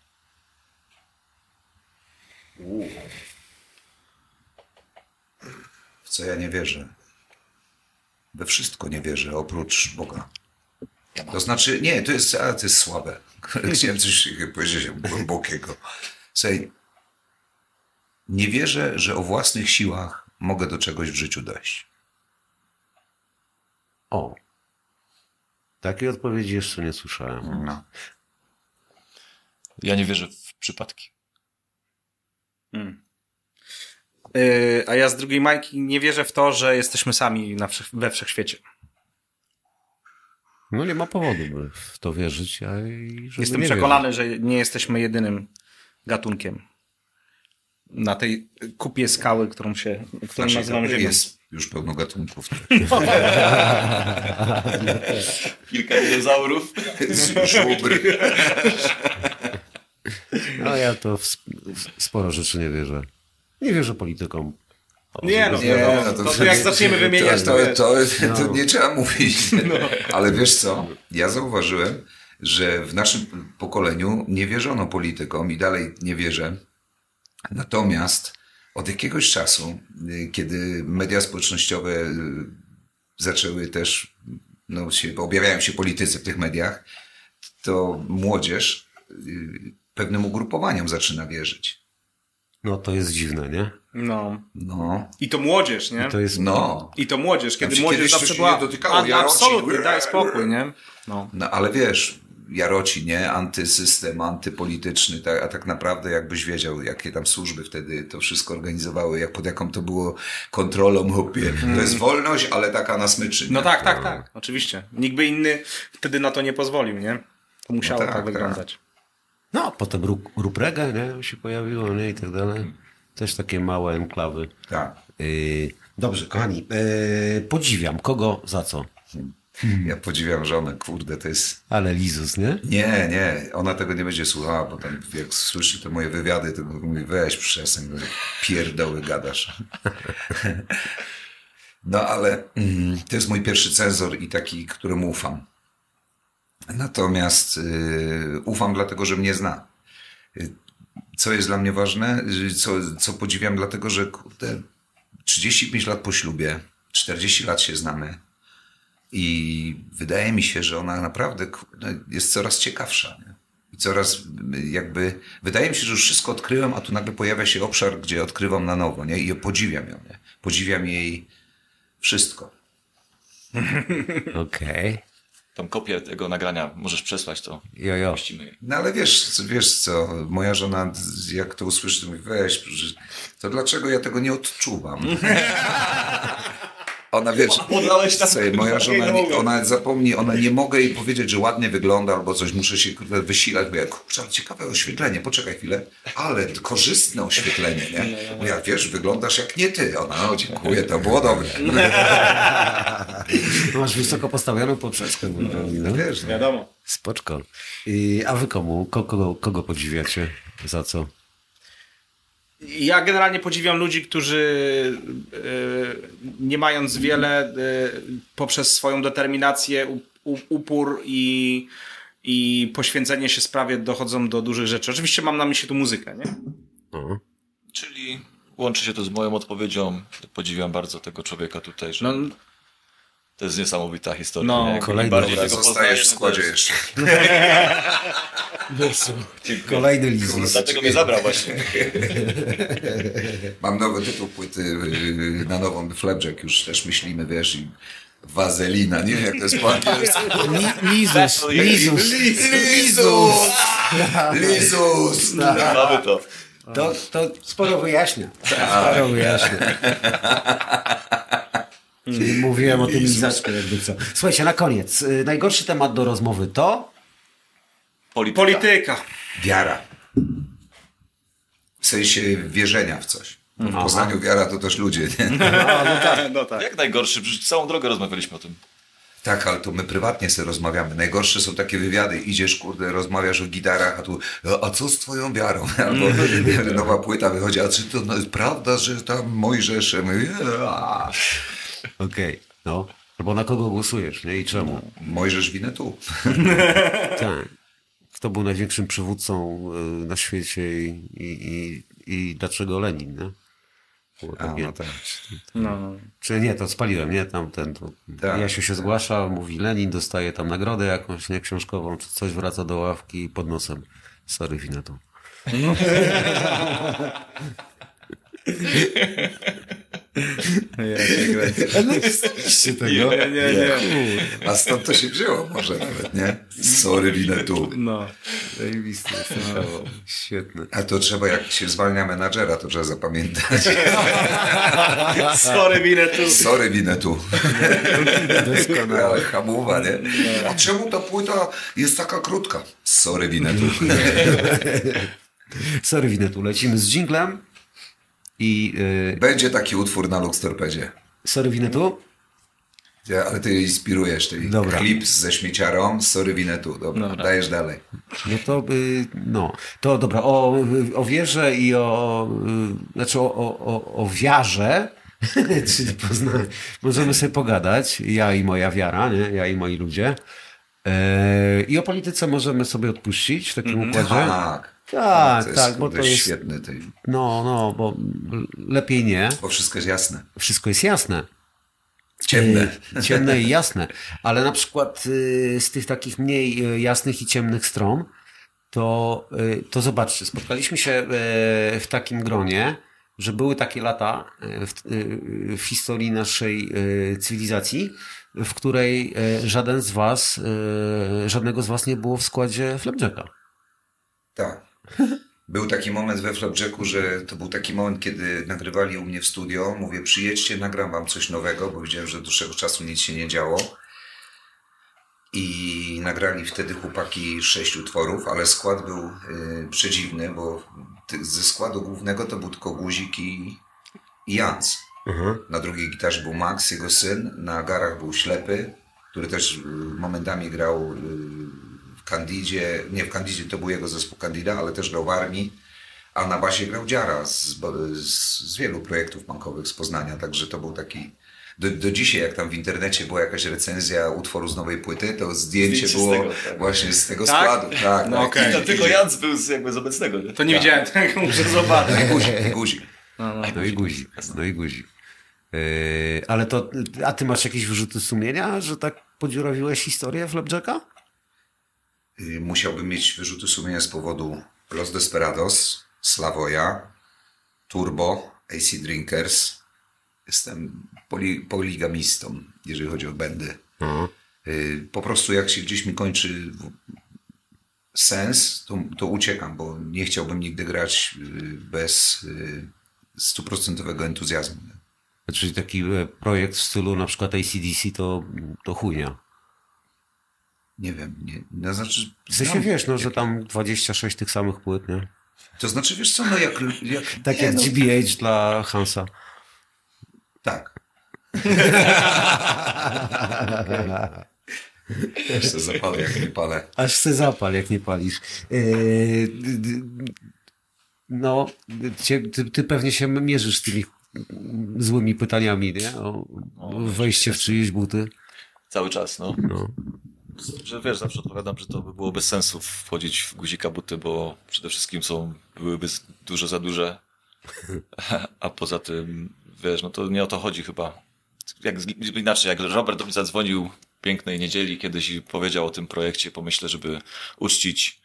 W co ja nie wierzę? We wszystko nie wierzę, oprócz Boga. To znaczy, nie, to jest, a, to jest słabe. Chciałem coś powiedzieć głębokiego. Słuchaj, nie wierzę, że o własnych siłach mogę do czegoś w życiu dojść. O. Takiej odpowiedzi jeszcze nie słyszałem. No. Ja nie wierzę w przypadki. Yy, a ja z drugiej Majki nie wierzę w to, że jesteśmy sami na wszech, we wszechświecie. No nie ma powodu, by w to wierzyć. A i żeby Jestem nie przekonany, że nie jesteśmy jedynym gatunkiem. na tej kupie skały, którą się, którą Naszej nazywamy dobry ziemią. jest już pełno gatunków. Kilka dinozaurów. Żubr. No ja to w, w sporo rzeczy nie wierzę. Nie wierzę politykom. Nie, no, Nie, no, no, to, to jak zaczniemy wymieniać, to, to, wiesz. to, to, to nie trzeba mówić. Ale wiesz co? Ja zauważyłem, że w naszym pokoleniu nie wierzono politykom i dalej nie wierzę. Natomiast od jakiegoś czasu, y, kiedy media społecznościowe y, zaczęły też, no, się, objawiają się politycy w tych mediach, to młodzież y, pewnym ugrupowaniom zaczyna wierzyć. No to jest dziwne, nie? No. No, I to młodzież, nie? To jest... no. I to młodzież, kiedy Znaczy, młodzież kiedyś zawsze to się była... nie dotykało, A, jaroci. absolutnie, daj spokój, nie? No. No ale wiesz, jaroci, nie? Antysystem, antypolityczny, tak, a tak naprawdę jakbyś wiedział, jakie tam służby wtedy to wszystko organizowały, jak pod jaką to było kontrolą, chłopie. To jest wolność, ale taka na smyczy. No nie? tak, tak, tak, oczywiście. Nikt by inny wtedy na to nie pozwolił, nie? To musiało No tak, tak, wyglądać. No, potem Ru- Ruprega, nie? Się pojawiło, nie? I tak dalej. Też takie małe enklawy. Tak. Yy, dobrze, kochani. Yy, podziwiam. Kogo za co? Ja podziwiam żonę, kurde, to jest... Ale Lizus, nie? Nie, nie, ona tego nie będzie słuchała, bo tam jak słyszy te moje wywiady, to mówi, weź przestań, pierdoły gadasz. No ale mm, to jest mój pierwszy cenzor i taki, któremu ufam. Natomiast y, ufam dlatego, że mnie zna. Y, co jest dla mnie ważne? Y, co, co podziwiam dlatego, że kurde, trzydzieści pięć lat po ślubie, czterdzieści lat się znamy. I wydaje mi się, że ona naprawdę kurde, jest coraz ciekawsza. Nie? I coraz jakby... Wydaje mi się, że już wszystko odkryłem, a tu nagle pojawia się obszar, gdzie odkrywam na nowo. Nie? I podziwiam ją. Nie? Podziwiam jej wszystko. Okej. Tą kopię tego nagrania możesz przesłać, to Jo, jo. puścimy je. No ale wiesz, wiesz co, moja żona jak to usłyszy, to mówi, weź, że- to dlaczego ja tego nie odczuwam? Ona wiesz, Podałeś na słuchaj, moja żona, nie- ona zapomni, ona nie mogę jej powiedzieć, że ładnie wygląda albo coś, muszę się kurde, wysilać, bo ja, kurczę, ale ciekawe oświetlenie, poczekaj chwilę, ale korzystne oświetlenie, nie? Bo ja, wiesz, wyglądasz jak nie ty. Ona, no dziękuję, to było dobre. Masz wysoko postawioną poprzeczkę. No. Wiesz, no. Wiadomo. Spoczko. Yy, a wy komu? Ko- Kogo, kogo podziwiacie? Za co? Ja generalnie podziwiam ludzi, którzy y, nie mając wiele, y, poprzez swoją determinację, u, u, upór i, i poświęcenie się sprawie dochodzą do dużych rzeczy. Oczywiście mam na myśli tu muzykę, nie? O. Czyli łączy się to z moją odpowiedzią. Podziwiam bardzo tego człowieka tutaj, że No, to jest niesamowita historia. No, nie? Jak kolejny. im bardziej Dobra, tego zostajesz w poznajesz, składzie to jest- jeszcze. Kolejny Lizus. Dlatego mnie zabrał właśnie. Mam nowy tytuł płyty, yy, na nową Flapjack już też myślimy, wiesz, i wazelina, nie? Jak to jest po angielsku? Lizus. Lizus. Lizus! Lizus! Mamy to. To, to sporo wyjaśnia. Sporo wyjaśnia. Czyli mówiłem o tym lizaczku, jakby co. Słuchajcie, na koniec. y, Najgorszy temat do rozmowy to... Polityka. polityka. Wiara. W sensie wierzenia w coś. W Poznaniu wiara to też ludzie, nie? No tak. Jak najgorszy? Przecież całą drogę rozmawialiśmy o tym. Tak, ale to my prywatnie sobie rozmawiamy. Najgorsze są takie wywiady. Idziesz, kurde, rozmawiasz o gitarach, a tu, a co z twoją wiarą? Albo nowa płyta wychodzi, a czy to no, jest prawda, że tam Mojżesz? Ja mówię, "A, Okej, no. Albo na kogo głosujesz, nie? I czemu? Mojżesz winę tu. Tak. Kto był największym przywódcą y, na świecie i, i, i, i dlaczego Lenin, nie? Było A, takie... no tak. No. Czy nie, to spaliłem, nie? Tamten, to Tak. Jasiu się zgłasza, mówi Lenin, dostaje tam nagrodę jakąś, nie? Książkową, czy coś, wraca do ławki pod nosem. Sorry, winę tu. tego? Nie, nie, nie. A stąd to się wzięło może nawet, nie? Sorry, winę tu. No. Zajebisty, świetne. A to trzeba, jak się zwalnia menadżera, to trzeba zapamiętać. Sorry, winę tu. Sorry, winę tu. Doskonale. Hamuwa, nie? A czemu ta płyta jest taka krótka? Sorry, winę tu. Sorry, winę tu. Lecimy z dżinglem I, yy, Będzie taki utwór na Lux Torpedzie. sorry Winetu? Ja, ale ty inspirujesz, ty Dobra. klip ze śmieciarą, sorry Winetu. Dobra, Dobra. dajesz dalej. No to, y, no, to dobra, o, o wierze i o, y, znaczy o, o, o, o wiarze, czyli pozna, możemy sobie pogadać, ja i moja wiara, nie? Ja i moi ludzie. E, I o polityce możemy sobie odpuścić w takim układzie. Tak. Tak, to jest, tak, bo to jest, świetny. Ty. no, no, bo lepiej nie. Bo wszystko jest jasne. Wszystko jest jasne. Ciemne. Y, Ciemne i jasne. Ale na przykład y, z tych takich mniej y, jasnych i ciemnych stron, to, y, to zobaczcie, spotkaliśmy się y, w takim gronie, że były takie lata y, w, y, w historii naszej y, cywilizacji, w której y, żaden z was, y, żadnego z was nie było w składzie Flapjacka. Tak. Był taki moment we Flapjacku, że to był taki moment, kiedy nagrywali u mnie w studio. Mówię, przyjedźcie, nagram wam coś nowego, bo widziałem, że od dłuższego czasu nic się nie działo. I nagrali wtedy chłopaki sześć utworów, ale skład był y, przedziwny, bo ty, ze składu głównego to był tylko Guzik i, i Jans. Mhm. Na drugiej gitarze był Max, jego syn. Na garach był Ślepy, który też y, momentami grał y, w Candidzie. Nie, w Candidzie to był jego zespół Candida, ale też grał w Armii. A na basie grał Dziara z, z, z wielu projektów punkowych z Poznania. Także to był taki... Do, do dzisiaj, jak tam w internecie była jakaś recenzja utworu z nowej płyty, to zdjęcie Zdjęcie z było tego, tak. właśnie z tego Tak? składu. Tak, No tak. okej. I- To i- tylko i- Jans był z, jakby z obecnego, nie? To nie widziałem tego, muszę zobaczyć. I guzik, i guzik. No i guzik, no i guzik. Yy, ale to, a ty masz jakieś wyrzuty sumienia, że tak podziurawiłeś historię Flapjacka? Y, Musiałbym mieć wyrzuty sumienia z powodu Los Desperados, Slavoja, Turbo, A C Drinkers. Jestem poli, poligamistą, jeżeli chodzi o bandy. Mhm. Y, Po prostu jak się gdzieś mi kończy w- sens, to, to uciekam, bo nie chciałbym nigdy grać y, bez y, stuprocentowego entuzjazmu. Czyli taki e, projekt w stylu na przykład A C D C to, to chujnia. Nie wiem, nie, no znaczy... W sensie znam- wiesz, no, że tam dwadzieścia sześć tych samych płyt, nie? To znaczy, wiesz co, no jak... jak Tak nie, jak no, G B H dla Hansa. Tak. Też to zapalę, jak nie palę. Aż se zapal, jak nie palisz. Yy, d- d- no, cie, ty, ty pewnie się mierzysz z tymi złymi pytaniami, nie? O, o wejście w czyjeś buty. Cały czas, no. No. Że wiesz, zawsze odpowiadam, że to by było bez sensu wchodzić w guzika buty, bo przede wszystkim są, byłyby z- dużo za duże. A poza tym, wiesz, no to nie o to chodzi chyba. Jak, z- inaczej, jak Robert do mnie zadzwonił pięknej niedzieli kiedyś i powiedział o tym projekcie, pomyślę, żeby uczcić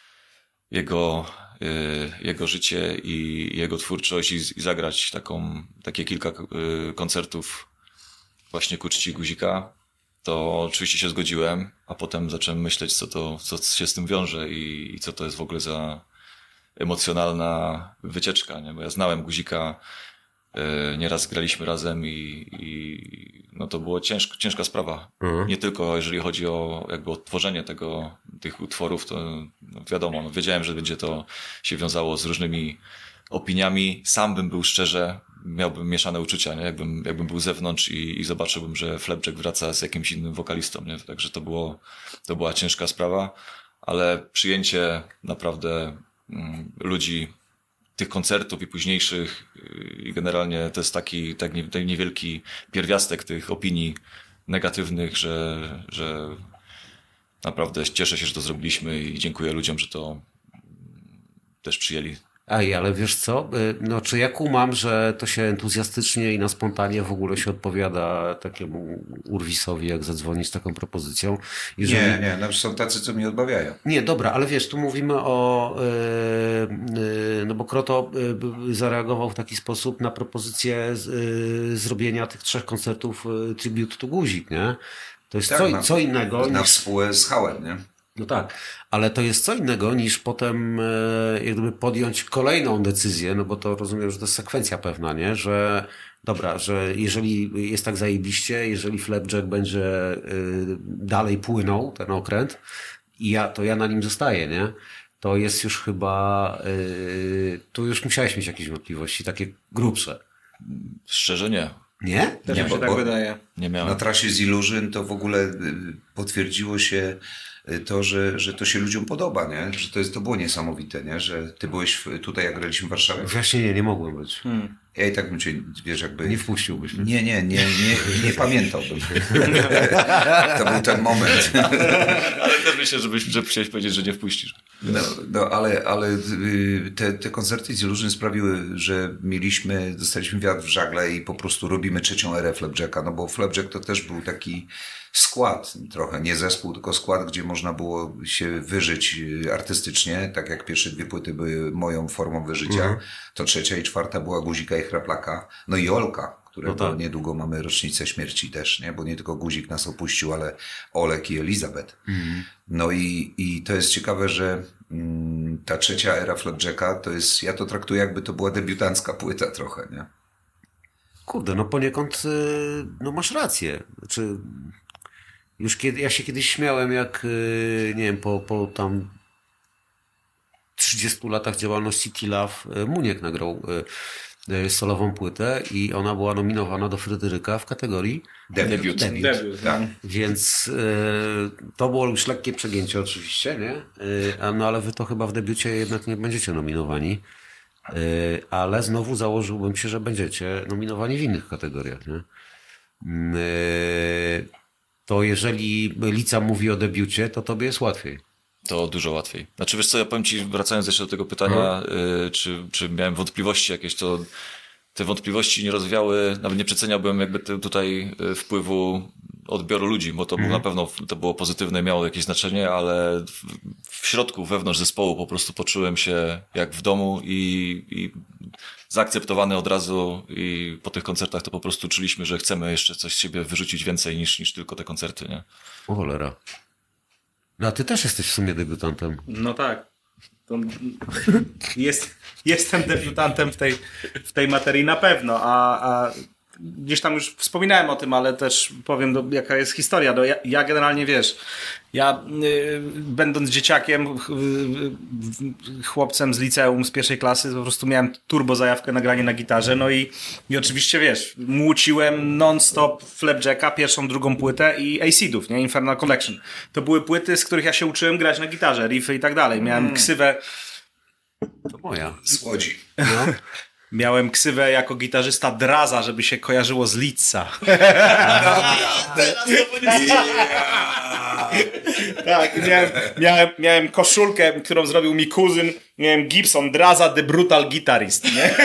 jego, y, jego życie i jego twórczość i, z- i zagrać taką, takie kilka y, koncertów właśnie ku czci guzika, to oczywiście się zgodziłem, a potem zacząłem myśleć, co to, co się z tym wiąże i, i co to jest w ogóle za emocjonalna wycieczka, nie? Bo ja znałem guzika, y, nieraz graliśmy razem i, i no to było ciężko, ciężka sprawa. Mhm. Nie tylko jeżeli chodzi o jakby odtworzenie tego, tych utworów, to no wiadomo, no wiedziałem, że będzie to się wiązało z różnymi opiniami. Sam bym był szczerze, miałbym mieszane uczucia, nie? Jakbym, jakbym był z zewnątrz i, i zobaczyłbym, że Flapjack wraca z jakimś innym wokalistą, nie? Także to było, to była ciężka sprawa, ale przyjęcie naprawdę mm, ludzi, tych koncertów i późniejszych yy, i generalnie to jest taki, taki taki niewielki pierwiastek tych opinii negatywnych, że, że naprawdę cieszę się, że to zrobiliśmy i dziękuję ludziom, że to też przyjęli. Aj, ale wiesz co? Y, No, czy ja kumam, że to się entuzjastycznie i na spontanie w ogóle się odpowiada takiemu urwisowi, jak zadzwonić z taką propozycją? Jeżeli... Nie, nie, no są tacy, co mi odmawiają. Nie, dobra, ale wiesz, tu mówimy o... Yy, yy, no bo Kroto yy, zareagował w taki sposób na propozycję z, yy, zrobienia tych trzech koncertów yy, Tribute to Guzik, nie? To jest Tak, co, na- co innego Na niż... współę z Hałem, nie? No tak, ale to jest co innego niż potem e, jak gdyby podjąć kolejną decyzję, no bo to rozumiem, że to jest sekwencja pewna, nie? Że dobra, że jeżeli jest tak zajebiście, jeżeli Flapjack będzie y, dalej płynął, ten okręt, i ja, to ja na nim zostaję, nie? To jest już chyba tu już musiałeś mieć jakieś wątpliwości, takie grubsze. Szczerze nie. Nie? Też Nie, mi się bo- tak bo- wydaje. Nie miałem. Na trasie z Illusion to w ogóle y, potwierdziło się y, to, że, że to się ludziom podoba, nie? Że to, jest, to było niesamowite, nie? Że ty byłeś w, tutaj, jak graliśmy w Warszawie. Właśnie nie, nie mogłem być. Hmm. Ja i tak bym cię, wiesz, jakby... Nie wpuściłbyś. Nie, nie, nie, nie, nie pamiętałbym. To był ten moment. Ale też myślę, żebyś, że chciałeś powiedzieć, że nie wpuścisz. No, no ale, ale y, te, te koncerty z Illusion sprawiły, że mieliśmy, dostaliśmy wiatr w żagle i po prostu robimy trzecią erę Flapjacka, no bo Flapjack to też był taki skład trochę, nie zespół, tylko skład, gdzie można było się wyżyć y, artystycznie, tak jak pierwsze dwie płyty były moją formą wyżycia, Mhm. to trzecia i czwarta była Guzika i Chraplaka, no i Olka, którego No tak. niedługo mamy rocznicę śmierci też, nie? Bo nie tylko Guzik nas opuścił, ale Olek i Elizabeth. No i, i to jest ciekawe, że mm, ta trzecia era Flapjacka to jest, ja to traktuję jakby to była debiutancka płyta trochę, nie? Kurde, no poniekąd y, no masz rację. Znaczy, już kiedy, ja się kiedyś śmiałem, jak y, nie wiem, po, po tam trzydziestu latach działalności T-Love y, Muniek nagrał y, y, solową płytę i ona była nominowana do Fryderyka w kategorii Debiut. Debiut. Tak. Więc y, to było już lekkie przegięcie oczywiście, nie? Y, a no ale wy to chyba w debiucie jednak nie będziecie nominowani. Y, ale znowu założyłbym się, że będziecie nominowani w innych kategoriach, nie? Y, to jeżeli Lica mówi o debiucie, to tobie jest łatwiej. To dużo łatwiej. Znaczy wiesz co, ja powiem ci, wracając jeszcze do tego pytania, y, czy, czy miałem wątpliwości jakieś, to te wątpliwości nie rozwiały, nawet nie przeceniałbym jakby te, tutaj y, wpływu odbioru ludzi, bo to było na pewno, to było pozytywne, miało jakieś znaczenie, ale w, w środku, wewnątrz zespołu po prostu poczułem się jak w domu i, i zaakceptowany od razu i po tych koncertach to po prostu czuliśmy, że chcemy jeszcze coś z siebie wyrzucić więcej niż, niż tylko te koncerty, nie? O cholera. No a ty też jesteś w sumie debiutantem. No tak. To jest, jestem debiutantem w tej, w tej materii na pewno, a, a gdzieś tam już wspominałem o tym, ale też powiem, do, jaka jest historia. No ja, ja generalnie, wiesz, ja y, będąc dzieciakiem, ch, y, chłopcem z liceum, z pierwszej klasy, po prostu miałem turbo zajawkę na granie na gitarze, no i, i oczywiście, wiesz, młóciłem non-stop Flapjacka, pierwszą, drugą płytę i Acidów, nie? Infernal Collection. To były płyty, z których ja się uczyłem grać na gitarze, riffy i tak dalej. Miałem Mm. ksywę To moja. Z Łodzi. No. Miałem ksywę jako gitarzysta Draza, żeby się kojarzyło z Litza. Tak, miałem, miałem, miałem koszulkę, którą zrobił mi kuzyn. Miałem Gibson Draza The Brutal Guitarist. Nie?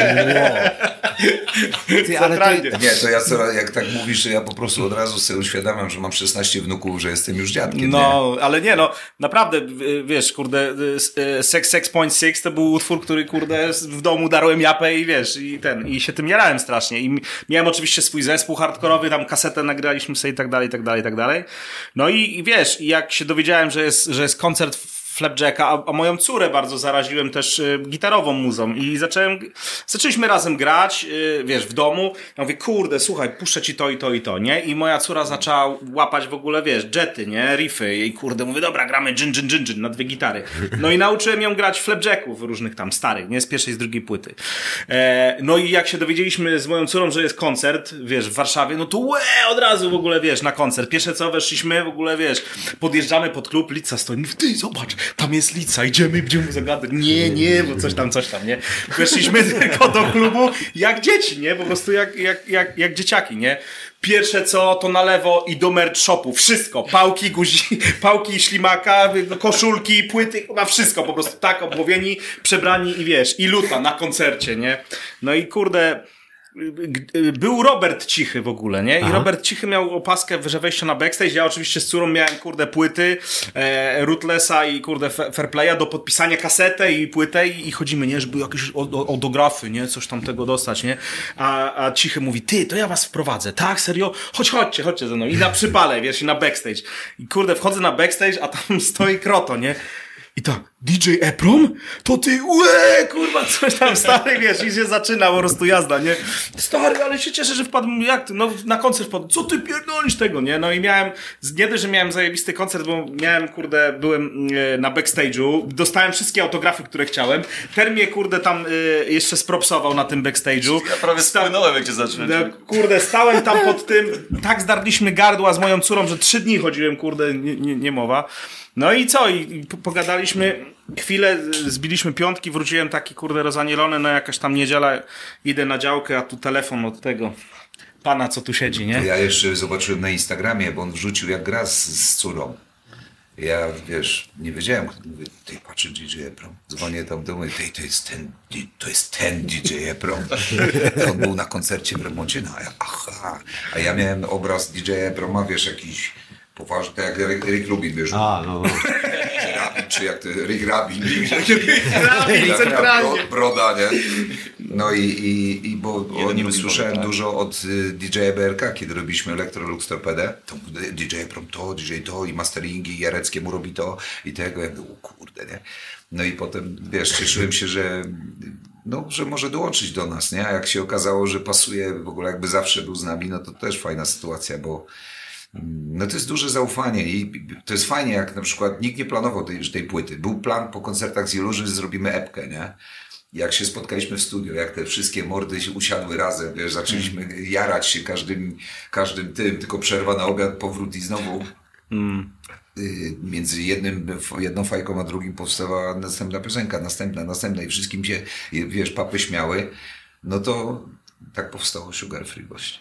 Ty, ale Centralnie. to, Nie, to ja coraz, jak tak mówisz, że ja po prostu od razu sobie uświadamiam, że mam szesnaście wnuków, że jestem już dziadkiem. No, ale nie, no, naprawdę, w- wiesz, kurde, y, Sex six point six to był utwór, który, kurde, w domu darłem japę i wiesz, i ten, i się tym jarałem strasznie. I miałem oczywiście swój zespół hardkorowy, tam kasetę nagraliśmy sobie i tak dalej, i tak dalej, i tak dalej. No i, i wiesz, i jak się dowiedziałem, że jest, że jest koncert Flapjacka, a, a moją córę bardzo zaraziłem też y, gitarową muzą i zacząłem, zaczęliśmy razem grać, y, wiesz, w domu. Ja mówię, kurde, słuchaj, puszczę ci to i to i to, nie? I moja córa zaczęła łapać w ogóle, wiesz, jety, nie? Riffy i kurde, mówię, dobra, gramy dżin, dżin, dżin, dżin na dwie gitary. No i nauczyłem ją grać Flapjacków różnych tam starych, nie? Z pierwszej, z drugiej płyty. E, no i jak się dowiedzieliśmy z moją córą, że jest koncert, wiesz, w Warszawie, no to łe, od razu w ogóle, wiesz, na koncert. Pierwsze co, weszliśmy, w ogóle, wiesz, podjeżdżamy pod klub, Lica stoi, mówi, ty, zobacz, tam jest Lica, idziemy, będziemy zagadać. Nie, nie, bo coś tam, coś tam, nie? Weszliśmy tylko do klubu jak dzieci, nie? Po prostu jak, jak, jak, jak dzieciaki, nie? Pierwsze co, to na lewo i do merch shopu. Wszystko. Pałki, guzi, pałki, ślimaka, koszulki, płyty, chyba wszystko. Po prostu tak obłowieni, przebrani i wiesz, i luta na koncercie, nie? No i kurde... Był Robert Cichy w ogóle, nie? I Aha. Robert Cichy miał opaskę, że wejścia na backstage. Ja oczywiście z córą miałem, kurde, płyty e, Ruthlessa i, kurde, Fairplaya do podpisania, kasetę i płytę i, i chodzimy, nie? Żeby jakieś autografy, nie? Coś tam tego dostać, nie? A, a Cichy mówi, ty, to ja was wprowadzę. Tak, serio? Chodź, chodźcie, chodźcie ze mną. I na przypale, wiesz, i na backstage. I kurde, wchodzę na backstage, a tam stoi Kroto, nie? I to, D J Eprom? To ty, ue, kurwa, coś tam, stary, wiesz, i się zaczyna po prostu jazda, nie? Stary, ale się cieszę, że wpadł, jak ty, no na koncert wpadł, co ty pierdolisz tego, nie? No i miałem, nie dość, że miałem zajebisty koncert, bo miałem, kurde, byłem na backstage'u, dostałem wszystkie autografy, które chciałem, ten mnie, kurde, tam y, jeszcze spropsował na tym backstage'u. Ja prawie spłynąłem, jak cię zacząłem. No, kurde, stałem tam pod tym, tak zdarliśmy gardła z moją córą, że trzy dni chodziłem, kurde, nie, nie, nie mowa. No i co? I, i pogadaliśmy chwilę, zbiliśmy piątki, wróciłem taki, kurde, rozanielony, no jakaś tam niedziela, idę na działkę, a tu telefon od tego pana, co tu siedzi, nie? Ja jeszcze zobaczyłem na Instagramie, bo on wrzucił jak gra z, z córą. Ja, wiesz, nie wiedziałem, mówię, ty patrzę D J Eprom. Dzwonię tam do mnie, tej, to jest ten, to jest ten D J Eprom. On był na koncercie w Remoncie, no a ja, aha. A ja miałem obraz D J Eproma, wiesz, jakiś poważny, tak jak Rick, Rick Rubin, wiesz. A, no, no. Rabin, czy jak to, Rick Rabin. Rabin, centralnie. Bro, broda, nie? No i, i, i bo o nim słyszałem tak. dużo od D J B R K, kiedy robiliśmy Electrolux Torpedę. To D J Eprom to, D J to i masteringi, Jareckiemu robi to i tego. Ja mówię, o kurde, nie? No i potem, wiesz, cieszyłem się, że no, że może dołączyć do nas, nie? A jak się okazało, że pasuje, w ogóle jakby zawsze był z nami, no to też fajna sytuacja, bo no to jest duże zaufanie i to jest fajnie, jak na przykład nikt nie planował tej, tej płyty. Był plan po koncertach z Illusion, że zrobimy epkę, nie? Jak się spotkaliśmy w studio, jak te wszystkie mordy się usiadły razem, wiesz, zaczęliśmy mm. jarać się każdym, każdym tym, tylko przerwa na obiad, powrót i znowu mm. y, między jednym, jedną fajką a drugim powstała następna piosenka, następna, następna i wszystkim się, wiesz, papy śmiały. No to tak powstało Sugar Free właśnie.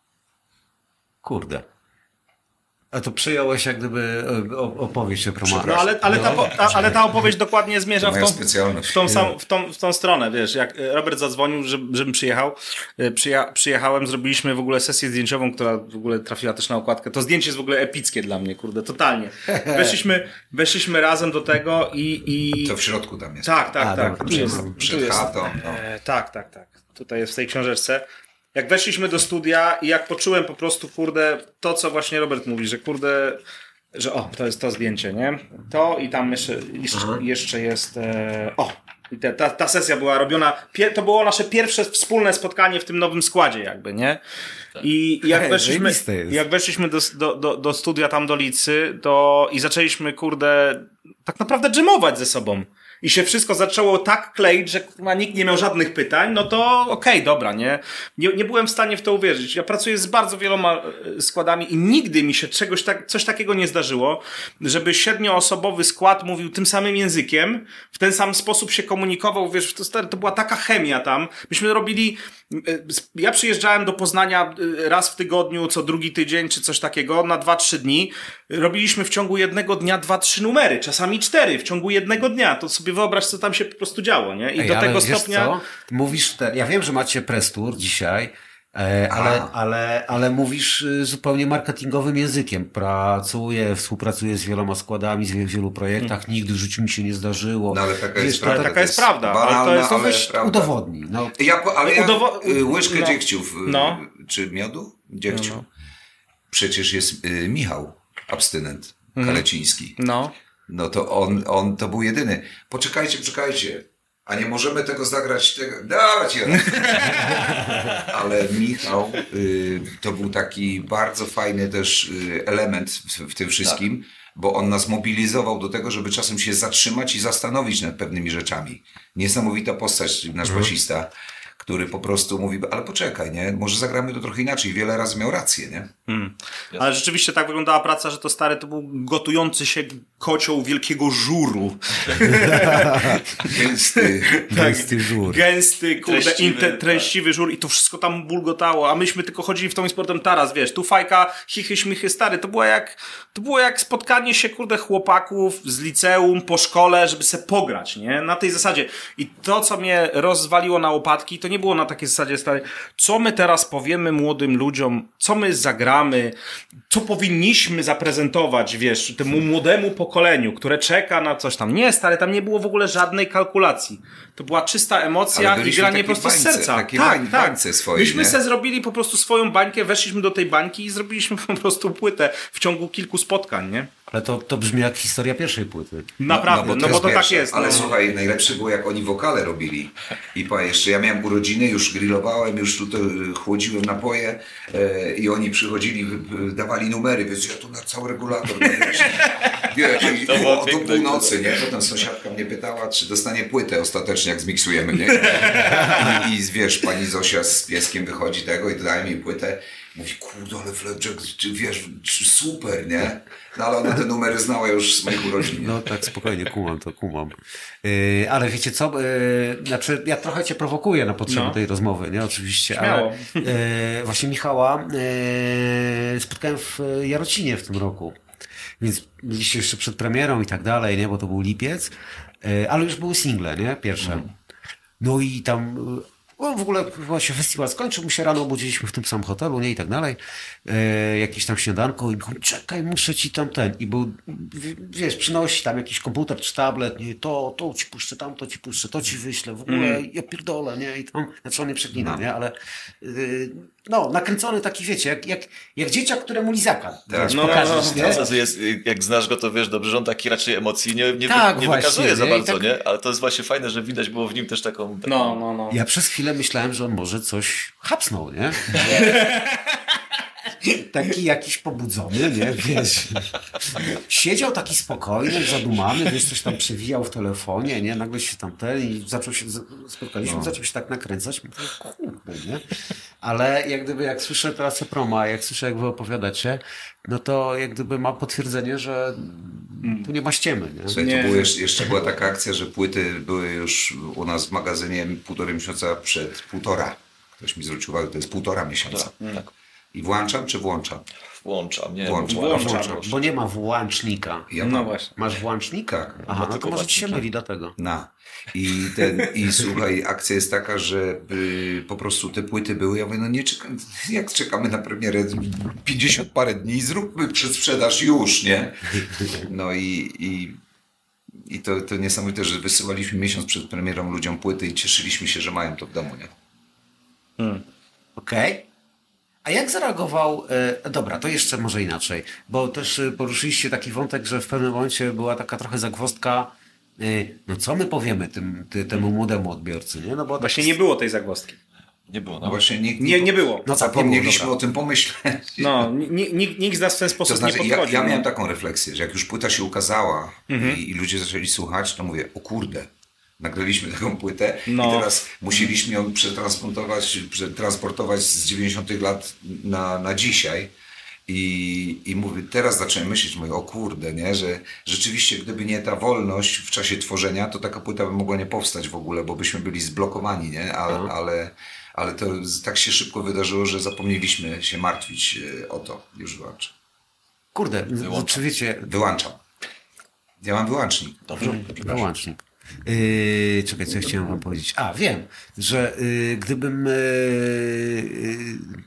Kurde. A to przyjąłeś jak gdyby opowieść o Promach. No ale, ale, ta, ta, ale ta opowieść dokładnie zmierza w tą, w, tą sam, w, tą, w tą stronę, wiesz, jak Robert zadzwonił, żeby, żebym przyjechał, przyja, przyjechałem, zrobiliśmy w ogóle sesję zdjęciową, która w ogóle trafiła też na okładkę. To zdjęcie jest w ogóle epickie dla mnie, kurde, totalnie. Weszliśmy, weszliśmy razem do tego i... i... To w środku tam jest. Tak, tak, A, tak. dobra, Tu jest, przed tu jest. chatą. No. E, tak, tak, tak. Tutaj jest w tej książeczce. Jak weszliśmy do studia i jak poczułem po prostu, kurde, to co właśnie Robert mówi, że kurde, że o, to jest to zdjęcie, nie? To i tam jeszcze, jeszcze, jeszcze jest, e, o, i te, ta, ta sesja była robiona, pie, to było nasze pierwsze wspólne spotkanie w tym nowym składzie jakby, nie? I, i jak weszliśmy, jak weszliśmy do, do, do, do studia tam do Licy, to i zaczęliśmy, kurde, tak naprawdę dżemować ze sobą. I się wszystko zaczęło tak kleić, że nikt nie miał żadnych pytań, no to okej, okay, dobra, nie? nie? Nie byłem w stanie w to uwierzyć. Ja pracuję z bardzo wieloma składami i nigdy mi się czegoś tak, coś takiego nie zdarzyło, żeby siedmioosobowy skład mówił tym samym językiem, w ten sam sposób się komunikował, wiesz, to, to była taka chemia tam. Myśmy robili, ja przyjeżdżałem do Poznania raz w tygodniu, co drugi tydzień, czy coś takiego, na dwa, trzy dni. Robiliśmy w ciągu jednego dnia dwa, trzy numery, czasami cztery w ciągu jednego dnia. To sobie wyobraź, co tam się po prostu działo, nie? I Ej, do ale tego wiesz stopnia... Co? Mówisz, te, ja wiem, że macie press tour dzisiaj, e, ale, ale, ale mówisz y, zupełnie marketingowym językiem. Pracuję, współpracuję z wieloma składami, z w wielu projektach, hmm. nigdy w życiu mi się nie zdarzyło. No ale taka wiesz, jest prawda. Taka jest prawda. Banalna, ale to jest, ale weź, prawda. Udowodnij. No. Ja, ale ja Udowo- łyżkę no. dziegciów, No. czy miodu? Dziegciu. No, no. Przecież jest y, Michał, abstynent, Mhm. kaleciński. No. No to on, on to był jedyny. Poczekajcie, poczekajcie. A nie możemy tego zagrać? Tego... Dawajcie. Ale Michał, y, to był taki bardzo fajny też y, element w, w tym wszystkim, tak. Bo on nas mobilizował do tego, żeby czasem się zatrzymać i zastanowić nad pewnymi rzeczami. Niesamowita postać, nasz mhm. basista, który po prostu mówi, ale poczekaj, nie? Może zagramy to trochę inaczej. Wiele razy miał rację, nie? Hmm. Ale rzeczywiście tak wyglądała praca, że to stary to był gotujący się kocioł wielkiego żuru. Gęsty. Gęsty żur. Gęsty, kurde, Treściwy, inte, treściwy żur i to wszystko tam bulgotało, a myśmy tylko chodzili w tą sportem taras, wiesz, tu fajka, chichy, śmichy, stary, to było jak, to było jak spotkanie się, kurde, chłopaków z liceum, po szkole, żeby se pograć, nie? Na tej zasadzie. I to, co mnie rozwaliło na łopatki, to nie było na takiej zasadzie, stary, co my teraz powiemy młodym ludziom, co my zagramy, co powinniśmy zaprezentować, wiesz, temu młodemu pokoleniu, które czeka na coś tam. Nie, stary, tam nie było w ogóle żadnej kalkulacji. To była czysta emocja i granie po prostu z serca. Takie tak, bań, tak. bańce swoje, Myśmy nie? se zrobili po prostu swoją bańkę, weszliśmy do tej bańki i zrobiliśmy po prostu płytę w ciągu kilku spotkań, nie? Ale to, to brzmi jak historia pierwszej płyty. Naprawdę, no bo to, no bo to tak jest. Ale no. słuchaj, najlepsze było jak oni wokale robili. I pa, jeszcze ja miałem urodziny, już grillowałem, już tutaj chłodziłem napoje e, i oni przychodzili, dawali numery, więc ja tu na cały regulator. Wiesz, i To o, było do piękne. północy, nie? Potem sąsiadka mnie pytała, czy dostanie płytę ostatecznie, jak zmiksujemy, nie? I, i wiesz, pani Zosia z pieskiem wychodzi tego i daje mi płytę. Mówi, kurde, ale Flapjack, czy wiesz, czy super, nie? No ale ona te numery znała już z moich urodzin. No tak, spokojnie, kumam to, kumam. Yy, ale wiecie co, yy, znaczy ja trochę cię prowokuję na potrzeby No. tej rozmowy, nie? Oczywiście, Śmiało. ale yy, właśnie Michała yy, spotkałem w Jarocinie w tym roku. Więc byliście jeszcze przed premierą i tak dalej, nie? Bo to był lipiec, yy, ale już były single, nie? Pierwsze. No i tam... Yy, No w ogóle chyba się festiwal skończył, my się rano obudziliśmy w tym samym hotelu, nie i tak dalej. E, jakieś tam śniadanko i mówię, czekaj, muszę ci tam ten. I był, w- wiesz, przynosi tam jakiś komputer czy tablet, nie, to, to ci puszczę, tam to ci puszczę, to ci wyślę, w ogóle Mm. ja pierdolę, nie, i tam, znaczy on nie przeklina, nie, ale y, no, nakręcony taki, wiecie, jak, jak, jak dzieciak, któremu lizaka wiesz, No, no, pokażesz, no, nie? To jest, jak znasz go, to wiesz dobrze, że on taki raczej emocji nie, nie, Tak, nie właśnie, wykazuje za nie? I bardzo, tak- nie? Ale to jest właśnie fajne, że widać było w nim też taką... taką No, no, no. Ja przez chwilę myślałem, że on może coś hapsnął, nie? Taki jakiś pobudzony, nie? Wiesz. Siedział taki spokojny, zadumany, wiesz, coś tam przewijał w telefonie, nie? Nagle się tam ten i zaczął się, z- spotkaliśmy, zaczął się tak nakręcać. Mówię, kurde, nie? Ale jak gdyby, jak słyszę pracę Proma, jak słyszę, jak wy opowiadacie, no to jak gdyby mam potwierdzenie, że tu nie ma ściemy, nie? Słuchaj, Nie. to było jeszcze, jeszcze była taka akcja, że płyty były już u nas w magazynie półtorej miesiąca przed półtora. Ktoś mi zwrócił uwagę, to jest półtora miesiąca. Tak, I włączam czy włączam? włączam, nie? Włączam. Włączam. Bo nie ma włącznika. Ja No mam. właśnie. Masz włącznik? Tak. Aha, no to tylko może ci się włącznik. myli dlatego. Na. I, ten, I słuchaj, akcja jest taka, że y, po prostu te płyty były. Ja mówię, no nie czekam, jak czekamy na premierę pięćdziesiąt parę dni, zróbmy przedsprzedaż już, nie? No i, i, i to, to niesamowite, że wysyłaliśmy miesiąc przed premierą ludziom płyty i cieszyliśmy się, że mają to w domu, nie? Okej. A jak zareagował, e, dobra, to jeszcze może inaczej, bo też e, poruszyliście taki wątek, że w pewnym momencie była taka trochę zagwozdka, e, no co my powiemy tym, ty, temu młodemu odbiorcy, nie? No bo Właśnie nie było tej zagwozdki. Nie było, No no. właśnie nikt Nie, nie było. No tak, zapomnieliśmy nie było, o tym pomyśleć. No, nikt, nikt, nikt z nas w ten sposób To znaczy, nie ja, podchodził. ja miałem no. taką refleksję, że jak już płyta się ukazała i, i ludzie zaczęli słuchać, to mówię, o kurde, nagraliśmy taką płytę No. i teraz musieliśmy ją przetransportować, przetransportować z dziewięćdziesiątych lat na, na dzisiaj. I, I mówię, teraz zacząłem myśleć, mówię, o kurde, nie, że rzeczywiście gdyby nie ta wolność w czasie tworzenia, to taka płyta by mogła nie powstać w ogóle, bo byśmy byli zblokowani, nie? Ale, ale, ale to tak się szybko wydarzyło, że zapomnieliśmy się martwić e, o to. Już wyłączam. Kurde, no, czy wiecie, Wyłączam. Ja mam wyłącznik. Dobrze, wyłącznik. Yy, czekaj, co ja chciałem wam powiedzieć. A, wiem, że yy, gdybym... Yy, yy,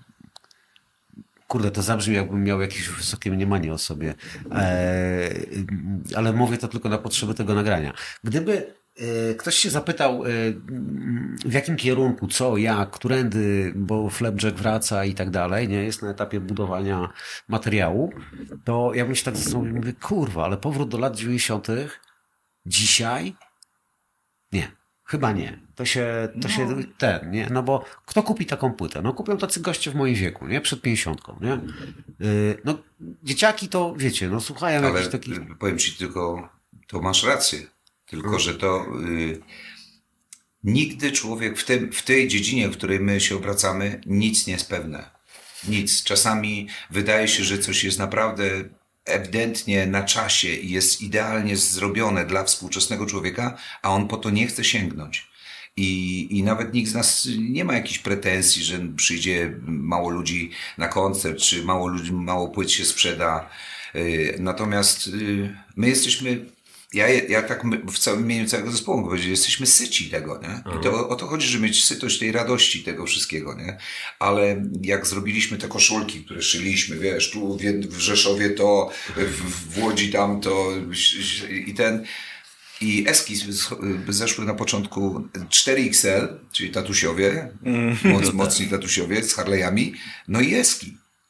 kurde, to zabrzmi, jakbym miał jakieś wysokie mniemanie o sobie. E, ale mówię to tylko na potrzeby tego nagrania. Gdyby e, ktoś się zapytał, e, w jakim kierunku, co, jak, którędy, bo Flapjack wraca i tak dalej, nie, jest na etapie budowania materiału, to ja bym się tak zastanowił, mówię, kurwa, ale powrót do lat dziewięćdziesiątych dzisiaj? Nie. Chyba nie. To się, to się ten, nie? No bo kto kupi taką płytę? No kupią tacy goście w moim wieku, nie? Przed pięćdziesiątką, nie? Yy, no dzieciaki to, wiecie, no słuchają Ale jakichś takich... y, powiem ci tylko, to masz rację. Tylko, że to y, nigdy człowiek w, tym, w tej dziedzinie, w której my się obracamy, nic nie jest pewne. Nic. Czasami wydaje się, że coś jest naprawdę ewidentnie na czasie i jest idealnie zrobione dla współczesnego człowieka, a on po to nie chce sięgnąć. I, I nawet nikt z nas nie ma jakichś pretensji, że przyjdzie mało ludzi na koncert, czy mało ludzi, mało płyt się sprzeda. Yy, natomiast yy, my jesteśmy, ja, ja tak my, w całym imieniu całego zespołu mogę powiedzieć, jesteśmy syci tego, nie? I to o to chodzi, żeby mieć sytość tej radości tego wszystkiego, nie? Ale jak zrobiliśmy te koszulki, które szyliśmy, wiesz, tu w, w Rzeszowie to, w, w Łodzi tamto i ten... I eski zeszły na początku cztery X L, czyli tatusiowie, moc, mocni tatusiowie z Harley'ami, no i eski.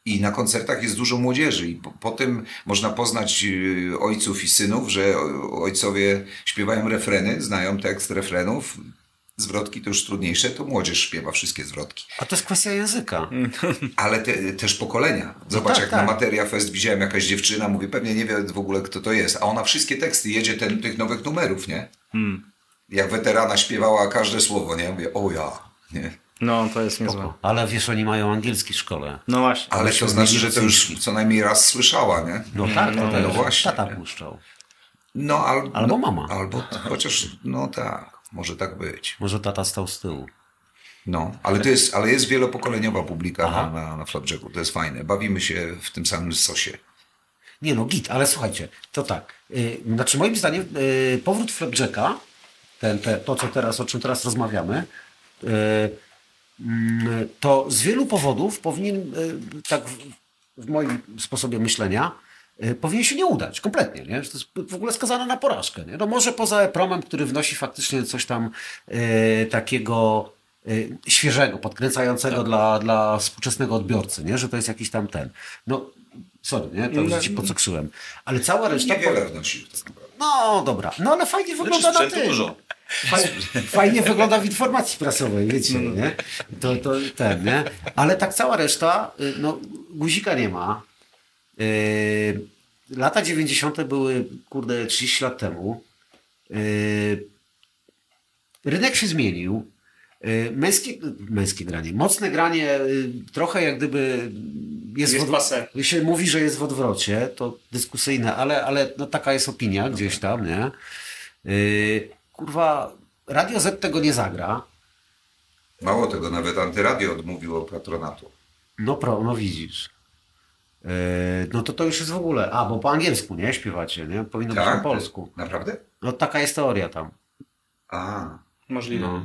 I na koncertach jest dużo młodzieży i po, po tym można poznać y, ojców i synów, że ojcowie śpiewają refreny, znają tekst refrenów. Zwrotki to już trudniejsze, to młodzież śpiewa wszystkie zwrotki. A to jest kwestia języka. Ale te, też pokolenia. Zobacz, tak, jak tak. na Materia Fest widziałem jakaś dziewczyna, mówi, pewnie nie wie w ogóle kto to jest, a ona wszystkie teksty jedzie ten, tych nowych numerów, nie? Hmm. Jak weterana śpiewała każde słowo, nie? Mówię, o ja, nie? No, to jest niezłe. Ale wiesz, oni mają angielski w szkole. No właśnie. Ale to znaczy, że to już co najmniej raz słyszała, nie? No tak, to no, też no właśnie. tata puszczał. No, al, Albo no, mama. Albo, chociaż, no tak, może tak być. Może tata stał z tyłu. No, ale to jest, ale jest wielopokoleniowa publika na, na, na Flapjacku, to jest fajne. Bawimy się w tym samym sosie. Nie no, git, ale słuchajcie, to tak. Yy, znaczy moim zdaniem yy, powrót Flapjacka, ten, te, to co teraz, o czym teraz rozmawiamy, yy, yy, to z wielu powodów powinien, yy, tak w, w moim sposobie myślenia, yy, powinien się nie udać, kompletnie, nie? To jest w ogóle skazane na porażkę, nie? No może poza E-Promem, który wnosi faktycznie coś tam yy, takiego yy, świeżego, podkręcającego tak. dla, dla współczesnego odbiorcy, nie? Że to jest jakiś tam ten. No, sorry, nie? To już ci pocukrzyłem. Ale cała reszta... Niewiele wnosi. No dobra, no ale fajnie wygląda Znaczy, na tym. dużo. Fajnie, fajnie wygląda w informacji prasowej, wiecie, nie? To, to ten, nie? Ale tak cała reszta, y, no guzika nie ma. Yy, lata dziewięćdziesiąte były, kurde, trzydzieści lat temu. Yy, rynek się zmienił. Yy, męskie, męskie granie, mocne granie, yy, trochę jak gdyby jest, Jest w passé. się mówi, że jest w odwrocie, to dyskusyjne, ale, ale no, taka jest opinia gdzieś tam, nie? Yy, kurwa, Radio Z tego nie zagra. Mało tego, nawet Antyradio odmówiło patronatu. No pro, no widzisz. Yy, no to to już jest w ogóle, a bo po angielsku, nie? Śpiewacie, nie? Powinno być po polsku. Naprawdę? No taka jest teoria tam. A, Możliwe. No.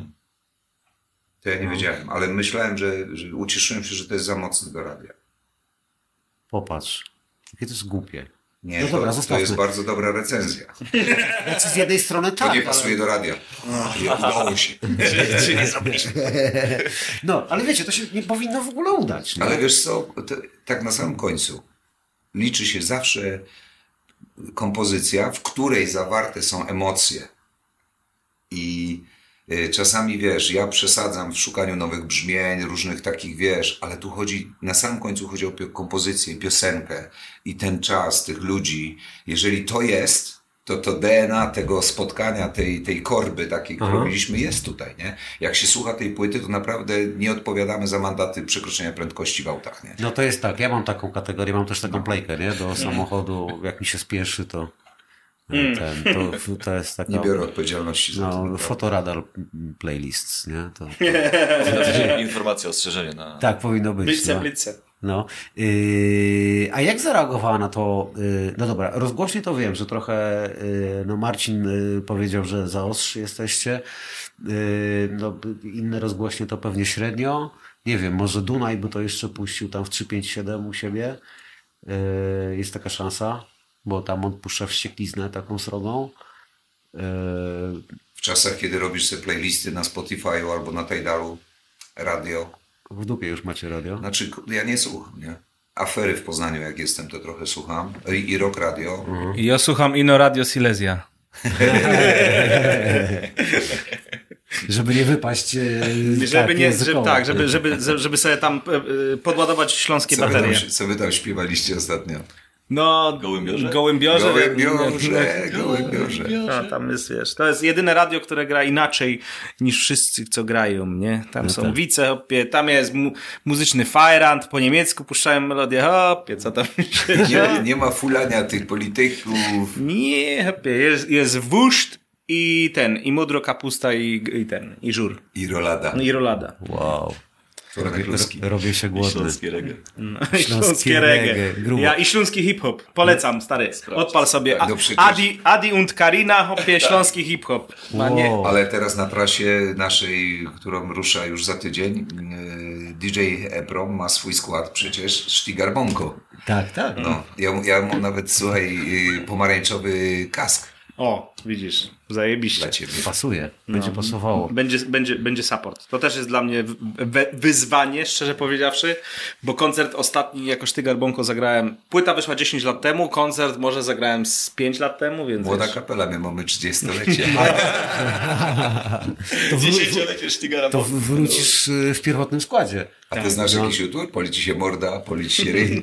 to ja nie wiedziałem, ale myślałem, że, że ucieszyłem się, że to jest za mocne do radia. Popatrz. Jakie to jest głupie. Nie, No to, dobra, to zostawmy. jest bardzo dobra recenzja. Znaczy z jednej strony To tak, nie ale... pasuje do radia. Nie udało się. Czy nie zrobiliśmy? No, ale wiecie, to się nie powinno w ogóle udać. Nie? Ale wiesz co, to, tak na samym końcu liczy się zawsze kompozycja, w której zawarte są emocje. I y, czasami, wiesz, ja przesadzam w szukaniu nowych brzmień, różnych takich, wiesz, ale tu chodzi, na samym końcu chodzi o pio- kompozycję, piosenkę i ten czas tych ludzi. Jeżeli to jest, to to D N A tego spotkania, tej, tej korby takiej, którą mieliśmy, jest tutaj, nie? Jak się słucha tej płyty, to naprawdę nie odpowiadamy za mandaty przekroczenia prędkości w autach, nie? No to jest tak, ja mam taką kategorię, mam też taką playkę, nie? Do samochodu, jak mi się spieszy, to ten, to, to jest taka... Nie biorę odpowiedzialności za to. No, fotoradar playlists, nie? To, to... Informacja, ostrzeżenie na... Tak, powinno być. Blice, no. blice. No. Yy, a jak zareagowała na to? Yy, no dobra, rozgłośnie to wiem, że trochę yy, no Marcin yy, powiedział, że za ostrzy jesteście. Yy, no, inne rozgłośnie to pewnie średnio. Nie wiem, może Dunaj by to jeszcze puścił tam w trzy pięć siedem u siebie. Yy, jest taka szansa, bo tam on puszcza wściekliznę taką srogą. Yy, W czasach, kiedy robisz sobie playlisty na Spotify'u albo na Tidalu, radio. w dupie już macie radio. Znaczy, ja nie słucham, nie? Afery w Poznaniu, jak jestem, to trochę słucham. I, i Rock Radio. Ja słucham Ino Radio Silesia. Żeby nie wypaść yy, Żeby tak, nie, żeby, językowo. tak, żeby, żeby, żeby sobie tam e, podładować śląskie Co wy, tam, baterie. co wy tam śpiewaliście ostatnio? No, Gołębiorze? Gołębiorze. Gołębiorze, Gołębiorze. No, tam jest, wiesz, to jest jedyne radio, które gra inaczej niż wszyscy, co grają, nie? Tam No są tak. wice, hopie, tam jest mu- muzyczny Feierand, po niemiecku puszczają melodię, hopie, co tam się Nie, dzieje? nie ma fulania tych polityków. Nie, hopie, jest, jest wóżd i ten, i modro kapusta i, i ten, i żur, I rolada. no i rolada. Wow. Kornegluski. Robię się głodny. Śląskie reggae. No, Śląskie i śląskie reggae. reggae, grubo. Ja, I śląski hip-hop. Polecam, stary. Odpal sobie. A, No przecież- Adi, Adi und Karina, hopie, śląski hip-hop. Ma nie. Wow. Ale teraz na trasie naszej, którą rusza już za tydzień, yy, D J Ebrom ma swój skład przecież, Sztigar Bonko. Tak, tak. No, ja, ja mam nawet, słuchaj, yy, pomarańczowy kask. O, widzisz, zajebiście. Dla ciebie. Pasuje, będzie No. pasowało. Będzie, będzie, będzie support. To też jest dla mnie wy- wyzwanie, szczerze powiedziawszy, bo koncert ostatni, jakoś ty, Garbonko, zagrałem. Płyta wyszła dziesięć lat temu, koncert może zagrałem z pięć lat temu, więc Młoda wiesz, kapela, my mamy trzydziestolecie. To, wró- Dziesięciolecie Sztigara. to w- wrócisz y, w pierwotnym składzie. A ty znasz jakiś utwór? Policzy się morda, policzy się ryj.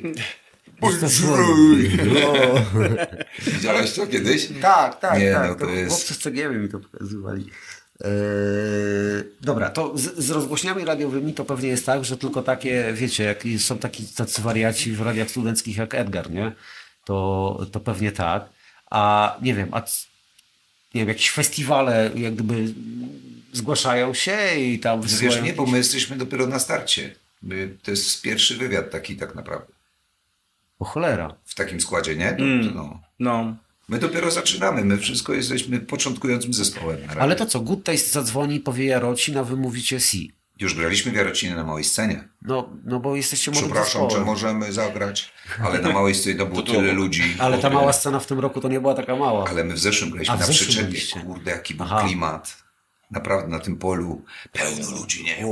Widziałeś to kiedyś? Tak, tak, Nie, tak. no to jest- Chłopcy z C G M mi to pokazywali. Eee, dobra, to z, z rozgłośniami radiowymi to pewnie jest tak, że tylko takie, wiecie, jak są taki tacy wariaci w radiach studenckich jak Edgar, nie? To, to pewnie tak. A nie wiem, a c- nie wiem, jakieś festiwale jak gdyby zgłaszają się i tam Wiesz, wysyłają... nie, bo my jesteśmy dopiero na starcie. My, to jest pierwszy wywiad taki tak naprawdę. O cholera. W takim składzie, nie? To, Mm. to no. no. My dopiero zaczynamy. My wszystko jesteśmy początkującym zespołem. Na razie. Ale to co, Good Taste zadzwoni, powie Jarocin, a wy mówicie si. Już graliśmy w Jarocinie na małej scenie. No, no bo jesteście młodym Przepraszam, czy zespołem. możemy zagrać, ale na małej scenie to było tyle ludzi. Ale ta mała scena w tym roku to nie była taka mała. Ale my w zeszłym graliśmy A, w na zeszłym przyczepie. byliście. Kurde, jaki był Aha. klimat. Naprawdę na tym polu pełno ludzi, nie?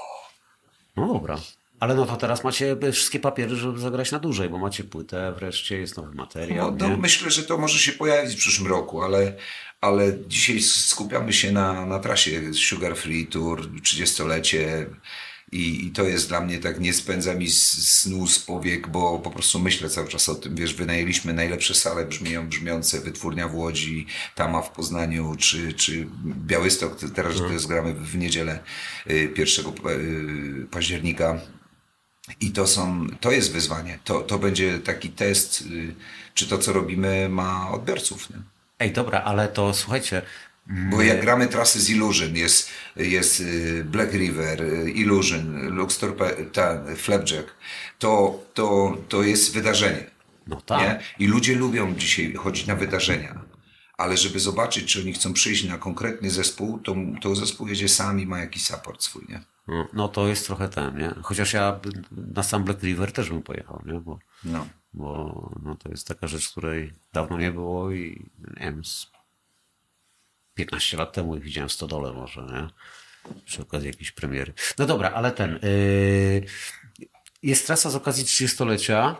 No dobra. Ale no to teraz macie wszystkie papiery, żeby zagrać na dłużej, bo macie płytę, wreszcie jest nowy materiał. No, to nie? myślę, że to może się pojawić w przyszłym roku, ale, ale dzisiaj skupiamy się na, na trasie Sugar Free Tour, trzydziestolecie i, i to jest dla mnie tak, nie spędza mi s- snu z powiek, bo po prostu myślę cały czas o tym, wiesz, wynajęliśmy najlepsze sale brzmią, brzmiące, Wytwórnia w Łodzi, Tama w Poznaniu, czy, czy Białystok, teraz to jest gramy w niedzielę y, pierwszego y, października. I to są, to jest wyzwanie. To, to będzie taki test, y, czy to, co robimy, ma odbiorców. Nie? Ej, dobra, ale to słuchajcie, Bo jak gramy trasy z Illusion, jest, jest y, Black River, y, Illusion, Lux Torpe, ta, Flapjack, to, to, to jest wydarzenie. no tak. Nie? I ludzie lubią dzisiaj chodzić na wydarzenia. Ale żeby zobaczyć, czy oni chcą przyjść na konkretny zespół, to, to zespół jedzie sam i ma jakiś support swój. Nie? No, no to jest trochę ten, nie? Chociaż ja na sam Black River też bym pojechał, nie? Bo, No. bo no, to jest taka rzecz, której dawno nie było i nie wiem, z piętnaście lat temu ich widziałem w Stodole może, nie? Przy okazji jakiejś premiery. No dobra, ale ten... Yy, jest trasa z okazji trzydziestolecia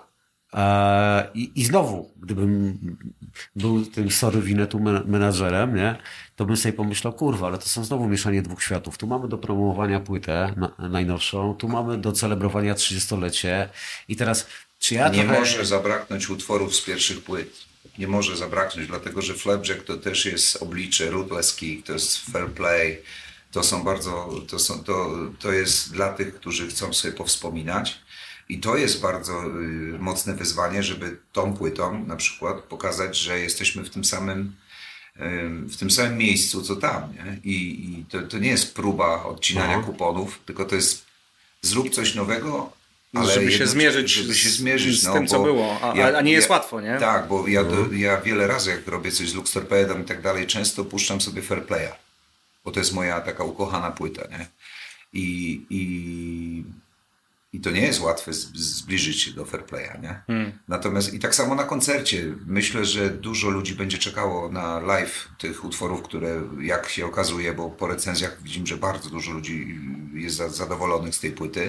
e, i, i znowu, gdybym był tym sorry Winetu men- menadżerem, nie? To bym sobie pomyślał, kurwa, ale to są znowu mieszanie dwóch światów. Tu mamy do promowania płytę na, najnowszą, tu mamy do celebrowania trzydziestolecie i teraz czy ja Nie trochę... może zabraknąć utworów z pierwszych płyt. Nie może zabraknąć, dlatego że Flapjack to też jest oblicze, Ruthless Kick, to jest Fair Play. To są bardzo, to, są, to, to jest dla tych, którzy chcą sobie powspominać. I to jest bardzo y, mocne wyzwanie, żeby tą płytą na przykład pokazać, że jesteśmy w tym samym, y, w tym samym miejscu, co tam. Nie? I, i to, to nie jest próba odcinania Aha. kuponów, tylko to jest zrób coś nowego, ale żeby się jednocześnie- zmierzyć, żeby się z- zmierzyć z no, tym, co bo było. A, ja- a nie jest ja- łatwo, nie? Tak, bo ja, to, ja wiele razy, jak robię coś z Lux Torpedem i tak dalej, często puszczam sobie Fair Playa, bo to jest moja taka ukochana płyta, nie? I, i, i to nie jest łatwe z, zbliżyć się do Fair Playa, nie? Hmm. Natomiast i tak samo na koncercie. Myślę, że dużo ludzi będzie czekało na live tych utworów, które jak się okazuje, bo po recenzjach widzimy, że bardzo dużo ludzi jest za- zadowolonych z tej płyty.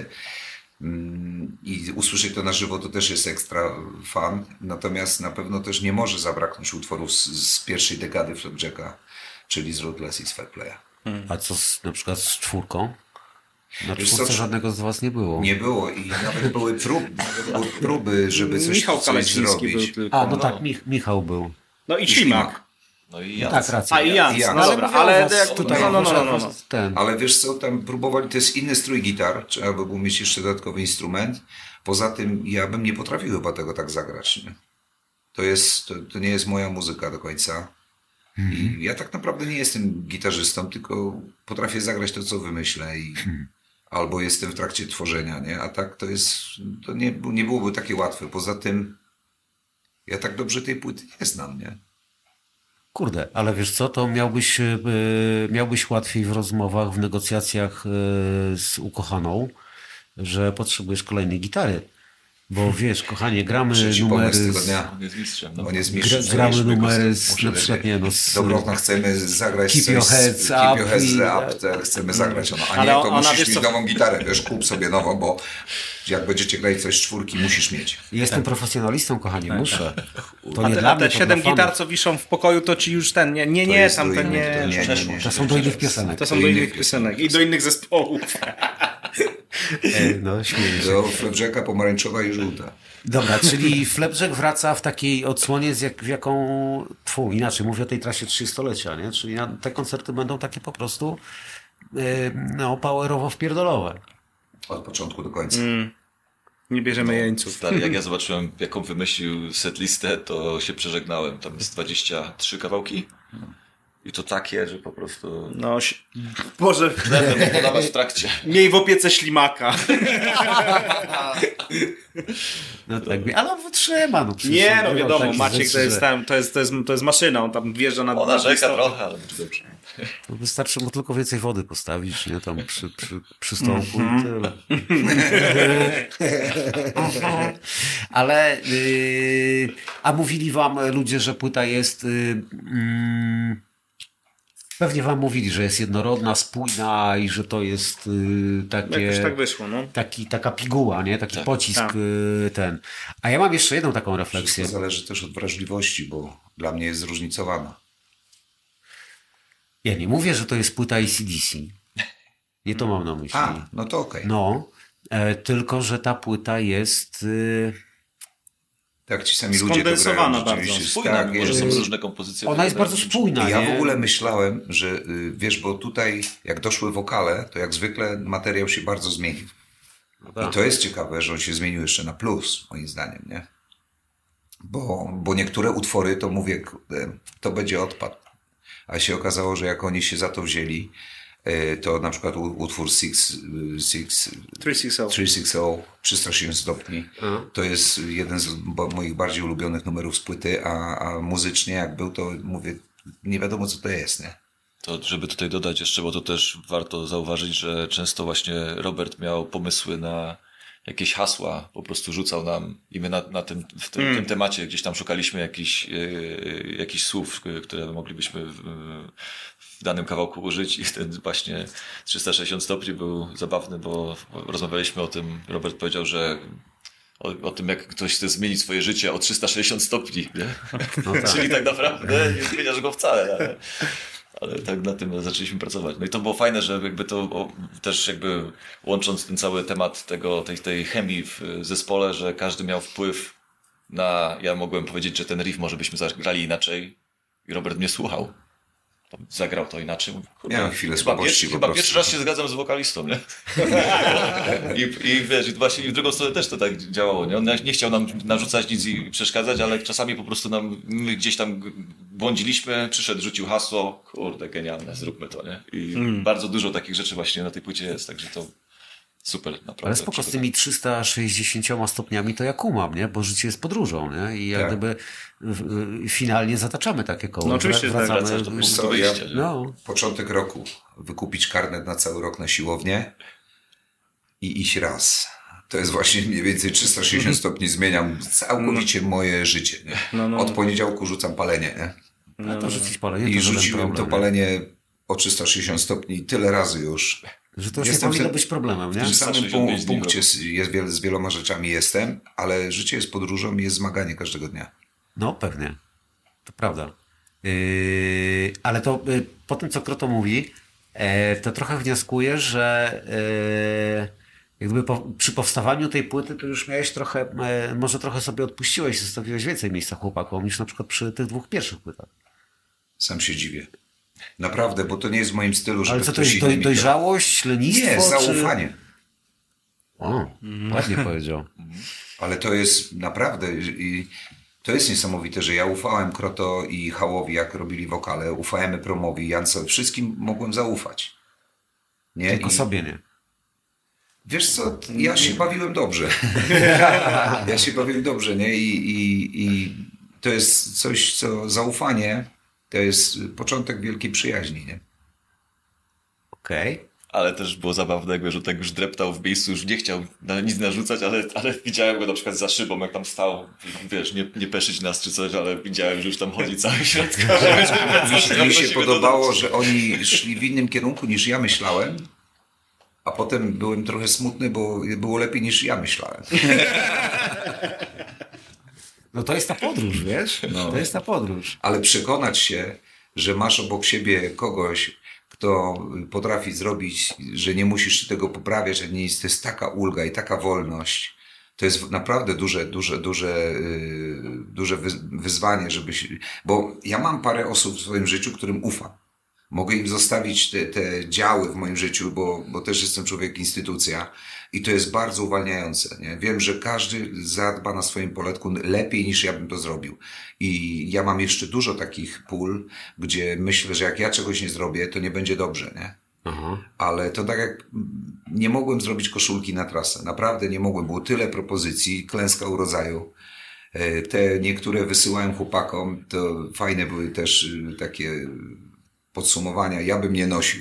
Mm, I usłyszeć to na żywo to też jest ekstra fan. Natomiast na pewno też nie może zabraknąć utworów z, z pierwszej dekady Flapjacka, czyli z Ruthless i z Fair Playa. A co z, na przykład z czwórką? Na Wiesz czwórce co, żadnego z was nie było. Nie było i nawet były próby, nawet były próby żeby coś, Michał coś Kaleciński był zrobić. tylko. A, no tak, Mich- Michał był. No i Ślimak. No i ja. Tak, racja. A i Jans, Jans. no Ale dobra, mówię o ale was jak, tutaj, no, no, no, może no, no. ten. Ale wiesz co, tam próbowali, to jest inny strój gitar, trzeba by było mieć jeszcze dodatkowy instrument. Poza tym ja bym nie potrafił chyba tego tak zagrać. Nie? To, jest, to, to nie jest moja muzyka do końca. I ja tak naprawdę nie jestem gitarzystą, tylko potrafię zagrać to, co wymyślę i albo jestem w trakcie tworzenia, nie? A tak to jest, to nie, nie byłoby takie łatwe. Poza tym ja tak dobrze tej płyty nie znam, nie? Kurde, ale wiesz co, to miałbyś, yy, miałbyś łatwiej w rozmowach, w negocjacjach yy, z ukochaną, że potrzebujesz kolejnej gitary. Bo wiesz, kochanie, gramy Trzeci numery pomysł tego z... dnia. On jest mistrzem. No. On jest Gra, mistrzem. gramy Zajęliśmy numery go, z, muszę na przykład, nie no, z... Dobrotna, chcemy zagrać Keep coś your z- heads Keep up your heads i- up, tak, chcemy zagrać ono. A Ale nie, to ona, musisz wiesz mieć co- nową gitarę, wiesz, kup sobie nową, bo jak będziecie grać coś z czwórki, musisz mieć. Jestem profesjonalistą, kochanie, muszę. To A nie te, dla a mnie, te to siedem dla gitar, fanów. co wiszą w pokoju, to ci już ten, nie, nie, To nie jest tam do to innych, nie, to nie, nie, nie. To są do innych piosenek. to są do do innych innych piosenek i do innych zespołów. E, No, śmieję się. Do Flapjacka pomarańczowa i żółta. Dobra, czyli Flapjack wraca w takiej odsłonie, z jak, w jaką... Tfu, inaczej, mówię o tej trasie trzydziestolecia, nie? Czyli na- te koncerty będą takie po prostu e, no, powerowo wpierdolowe. Od początku do końca. Nie bierzemy jeńców. Stary, jak ja zobaczyłem, jaką wymyślił setlistę, to się przeżegnałem. Tam jest dwadzieścia trzy kawałki. I to takie, że po prostu... No, si- Boże, Będę podawać w trakcie. miej w opiece ślimaka. No tak, ale on wytrzyma. No, przecież Nie, on no bywa wiadomo, takich Maciek rzeczy, to jest, że tam, to, jest, to, jest, to jest maszyna, on tam wjeżdża na... Ona rzeka trochę, ale będzie dobrze. to Wystarczy mu tylko więcej wody postawić, nie? Tam przy, przy, przy stołku i tyle. Ale yy, a mówili wam ludzie, że płyta jest yy, mm, pewnie wam mówili, że jest jednorodna, spójna i że to jest yy, takie Jakoś tak wyszło, no. taki, taka piguła, nie? Taki pocisk tak. yy, ten. A ja mam jeszcze jedną taką To refleksję. zależy też od wrażliwości, bo dla mnie jest zróżnicowana. Ja nie mówię, że to jest płyta A C D C. Nie to mam na myśli. A, no to okej. No, e, tylko że ta płyta jest... Y, Tak ci sami ludzie to Skondensowana grają. bardzo. rzeczywiście. Spójna, Tak, może jest. są różne kompozycje. ona jest które bardzo dają- spójna, Ja nie? w ogóle myślałem, że y, wiesz, bo tutaj jak doszły wokale, to jak zwykle materiał się bardzo zmienił. I to jest ciekawe, że on się zmienił jeszcze na plus, moim zdaniem, nie? Bo, bo niektóre utwory, to mówię, kurde, to będzie odpad. A się okazało, że jak oni się za to wzięli, y, to na przykład u- utwór Six, y, Six, trzysta sześćdziesiąt. trzysta sześćdziesiąt, trzysta sześćdziesiąt stopni. To jest jeden z bo- moich bardziej ulubionych numerów z płyty, a, a muzycznie jak był, to mówię, nie wiadomo co to jest, nie? To żeby tutaj dodać jeszcze, bo to też warto zauważyć, że często właśnie Robert miał pomysły na jakieś hasła, po prostu rzucał nam i my na, na tym, w tym, Mm. tym temacie gdzieś tam szukaliśmy jakichś, yy, jakichś słów, y, które moglibyśmy w, w danym kawałku użyć i ten właśnie trzysta sześćdziesiąt stopni był zabawny, bo rozmawialiśmy o tym, Robert powiedział, że o, o tym, jak ktoś chce zmienić swoje życie o trzysta sześćdziesiąt stopni, nie? No tak. Czyli tak naprawdę nie zmieniasz go wcale, ale, ale tak na tym zaczęliśmy pracować. No i to było fajne, że jakby to o, też jakby łącząc ten cały temat tego, tej, tej chemii w zespole, że każdy miał wpływ na, ja mogłem powiedzieć, że ten riff może byśmy zagrali inaczej i Robert mnie słuchał. Zagrał to inaczej. Mówię, kurde, Miałem chwilę chyba słabości pierwszy, po chyba prostu. pierwszy raz się zgadzam z wokalistą, nie? I, I wiesz, i właśnie i w drugą stronę też to tak działało, nie? On nie chciał nam narzucać nic i przeszkadzać, ale czasami po prostu nam, my gdzieś tam g- błądziliśmy, przyszedł, rzucił hasło, kurde, genialne, zróbmy to, nie? I bardzo dużo takich rzeczy właśnie na tej płycie jest, także to super, naprawdę. Ale spoko z tymi trzysta sześćdziesięcioma stopniami to ja kumam, nie? Bo życie jest podróżą, nie? I jak Tak. gdyby y, y, finalnie zataczamy takie koło. No oczywiście, że tak, Wracamy, wracasz do punktu Co, ja- wyjścia, nie? no, Początek roku, wykupić karnet na cały rok na siłownię i iść raz. To jest właśnie mniej więcej trzysta sześćdziesiąt stopni, zmieniam całkowicie moje życie. Nie? No, no. Od poniedziałku rzucam palenie, nie? no to rzucić palenie I to żaden rzuciłem problem, to palenie o trzysta sześćdziesiąt stopni tyle razy już. nie? Że to już nie Jestem powinno w- być problemem, nie? W tym samym trzysta sześćdziesiąt pięć punk- dni w punkcie roku. jest wiel- z wieloma rzeczami jestem, ale życie jest podróżą i jest zmaganie każdego dnia. No, pewnie. To prawda. Yy, ale to yy, po tym, co Kroto mówi, e, to trochę wnioskuję, że e, jak gdyby po, przy powstawaniu tej płyty to już miałeś trochę, e, może trochę sobie odpuściłeś, zostawiłeś więcej miejsca chłopakom niż na przykład przy tych dwóch pierwszych płytach. Sam się dziwię. Naprawdę, bo to nie jest w moim stylu, żeby Ale co to ktoś jest, inny doj, mi dojrzałość, lenistwo? Nie, czy- zaufanie. O, ładnie powiedział. Ale to jest naprawdę i to jest niesamowite, że ja ufałem Kroto i Hałowi, jak robili wokale, ufałem Epromowi, Jancowi, wszystkim mogłem zaufać. Nie? Tylko I sobie nie. wiesz co, ja się bawiłem dobrze. ja się bawiłem dobrze, nie? I, i, i to jest coś, co zaufanie to jest początek wielkiej przyjaźni, nie? Okej. Ale też było zabawne, jakby, że tak już dreptał w miejscu, już nie chciał na nic narzucać, ale, ale widziałem go na przykład za szybą, jak tam stał, wiesz, nie, nie peszyć nas czy coś, ale widziałem, że już tam chodzi cały środka. Mi się podobało, że oni szli w innym kierunku niż ja myślałem, a potem byłem trochę smutny, bo było lepiej niż ja myślałem. No to jest ta podróż, wiesz? No. To jest ta podróż. Ale przekonać się, że masz obok siebie kogoś, kto potrafi zrobić, że nie musisz się tego poprawiać, że nie jest, to jest taka ulga i taka wolność. To jest naprawdę duże, duże, duże, yy, duże wyzwanie, żeby się, bo ja mam parę osób w swoim życiu, którym ufam. Mogę im zostawić te, te działy w moim życiu, bo, bo też jestem człowiek instytucja i to jest bardzo uwalniające. Nie? Wiem, że każdy zadba na swoim poletku lepiej niż ja bym to zrobił. I ja mam jeszcze dużo takich pól, gdzie myślę, że jak ja czegoś nie zrobię, to nie będzie dobrze. Nie? Aha. Ale to tak jak nie mogłem zrobić koszulki na trasę. Naprawdę nie mogłem. Było tyle propozycji, klęska urodzaju. Te niektóre wysyłałem chłopakom, to fajne były też takie podsumowania, ja bym nie nosił.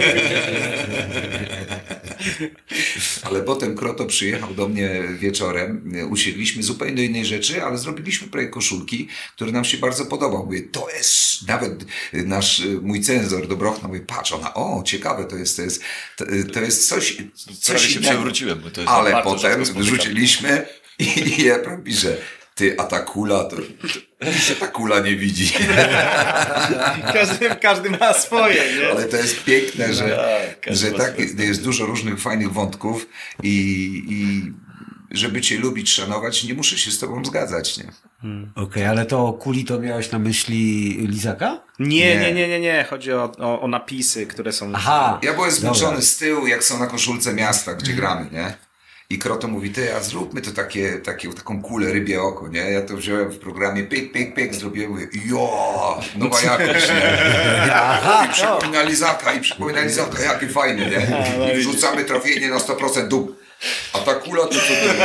Ale potem Kroto przyjechał do mnie wieczorem, usiedliśmy zupełnie do innej rzeczy, ale zrobiliśmy projekt koszulki, który nam się bardzo podobał. Mówię, to jest nawet nasz, mój cenzor Dobrochna, mówi, patrz, ona, o, ciekawe, to jest, to jest, to, to jest coś, coś się przewróciłem, bo to jest ale potem wrzuciliśmy i ja piszę, ty, a ta kula, to, to się ta kula nie widzi. Każdy, każdy ma swoje, nie? Ale to jest piękne, że, no, że tak, jest dużo różnych fajnych wątków i, i żeby cię lubić, szanować, nie muszę się z tobą zgadzać, nie? Hmm. Okej, okay, ale to o kuli to miałeś na myśli Lizaka? Nie, nie, nie, nie, nie. Chodzi o, o, o napisy, które są... Aha. Ja byłem zmęczony z tyłu, jak są na koszulce miasta, gdzie gramy, nie? I Kroto mówi, ty, a zróbmy to takie, takie, taką kulę, rybie oko, nie? Ja to wziąłem w programie, pyk, pyk, pyk, zrobiłem, mówię, jo, nowa jakość, nie? Aha, i przypomina Lizaka, i przypomina Lizaka, jakie fajne, nie? I wrzucamy trafienie na sto procent dób. A ta kula to co to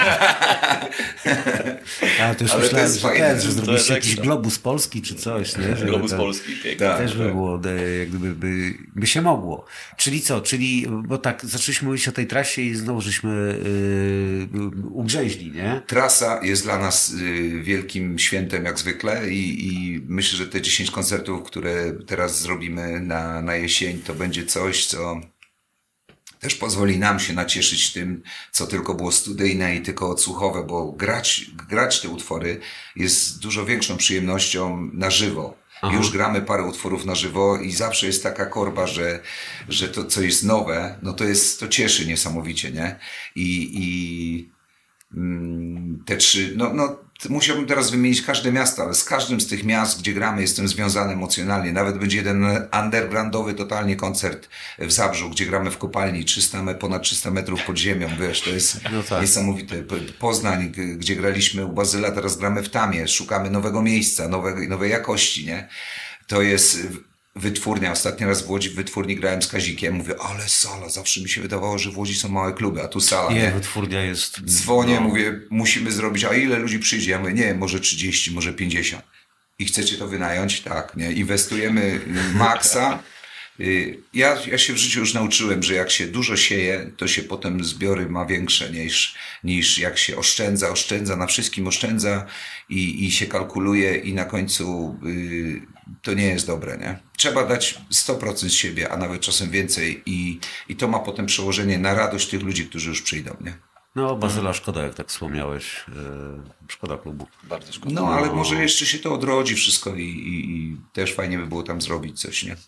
A to już ale myślałem, to jest że, fajne. ten, że zrobiliście jakiś globus polski czy coś, nie? Że Globus to, polski, pięknie. też by było, jak gdyby by, by się mogło. Czyli co? Czyli, bo tak, zaczęliśmy mówić o tej trasie i znowu żeśmy yy, ugrzęźli, nie? Trasa jest dla nas y, wielkim świętem jak zwykle i, i myślę, że te dziesięć koncertów, które teraz zrobimy na, na jesień, to będzie coś, co też pozwoli nam się nacieszyć tym, co tylko było studyjne i tylko odsłuchowe, bo grać, grać te utwory jest dużo większą przyjemnością na żywo. Aha. Już gramy parę utworów na żywo i zawsze jest taka korba, że, że to, co jest nowe, no to jest, to cieszy niesamowicie, nie? I, i mm, te trzy, no, no, musiałbym teraz wymienić każde miasto, ale z każdym z tych miast, gdzie gramy, jestem związany emocjonalnie. Nawet będzie jeden undergroundowy totalnie koncert w Zabrzu, gdzie gramy w kopalni trzysta, ponad trzysta metrów pod ziemią, wiesz, to jest no tak. niesamowite. Poznań, gdzie graliśmy u Bazyla, teraz gramy w Tamie, szukamy nowego miejsca, nowej, nowej jakości, nie? To jest wytwórnia. Ostatni raz w Łodzi w wytwórni grałem z Kazikiem. Mówię, ale sala. Zawsze mi się wydawało, że w Łodzi są małe kluby, a tu sala. Nie, nie? wytwórnia jest... Dzwonię, no. mówię, musimy zrobić, a ile ludzi przyjdzie? Ja mówię, nie, może trzydzieści, może pięćdziesiąt. I chcecie to wynająć? Tak, nie? Inwestujemy maksa. Ja, ja się w życiu już nauczyłem, że jak się dużo sieje, to się potem zbiory ma większe niż, niż jak się oszczędza, oszczędza, na wszystkim oszczędza i, i się kalkuluje i na końcu y, to nie jest dobre, nie? Trzeba dać sto procent z siebie, a nawet czasem więcej i, i to ma potem przełożenie na radość tych ludzi, którzy już przyjdą, nie? No, Bazyla szkoda, jak tak wspomniałeś. Yy, szkoda klubu. Bardzo szkoda. No, ale może jeszcze się to odrodzi wszystko i, i, i też fajnie by było tam zrobić coś, nie?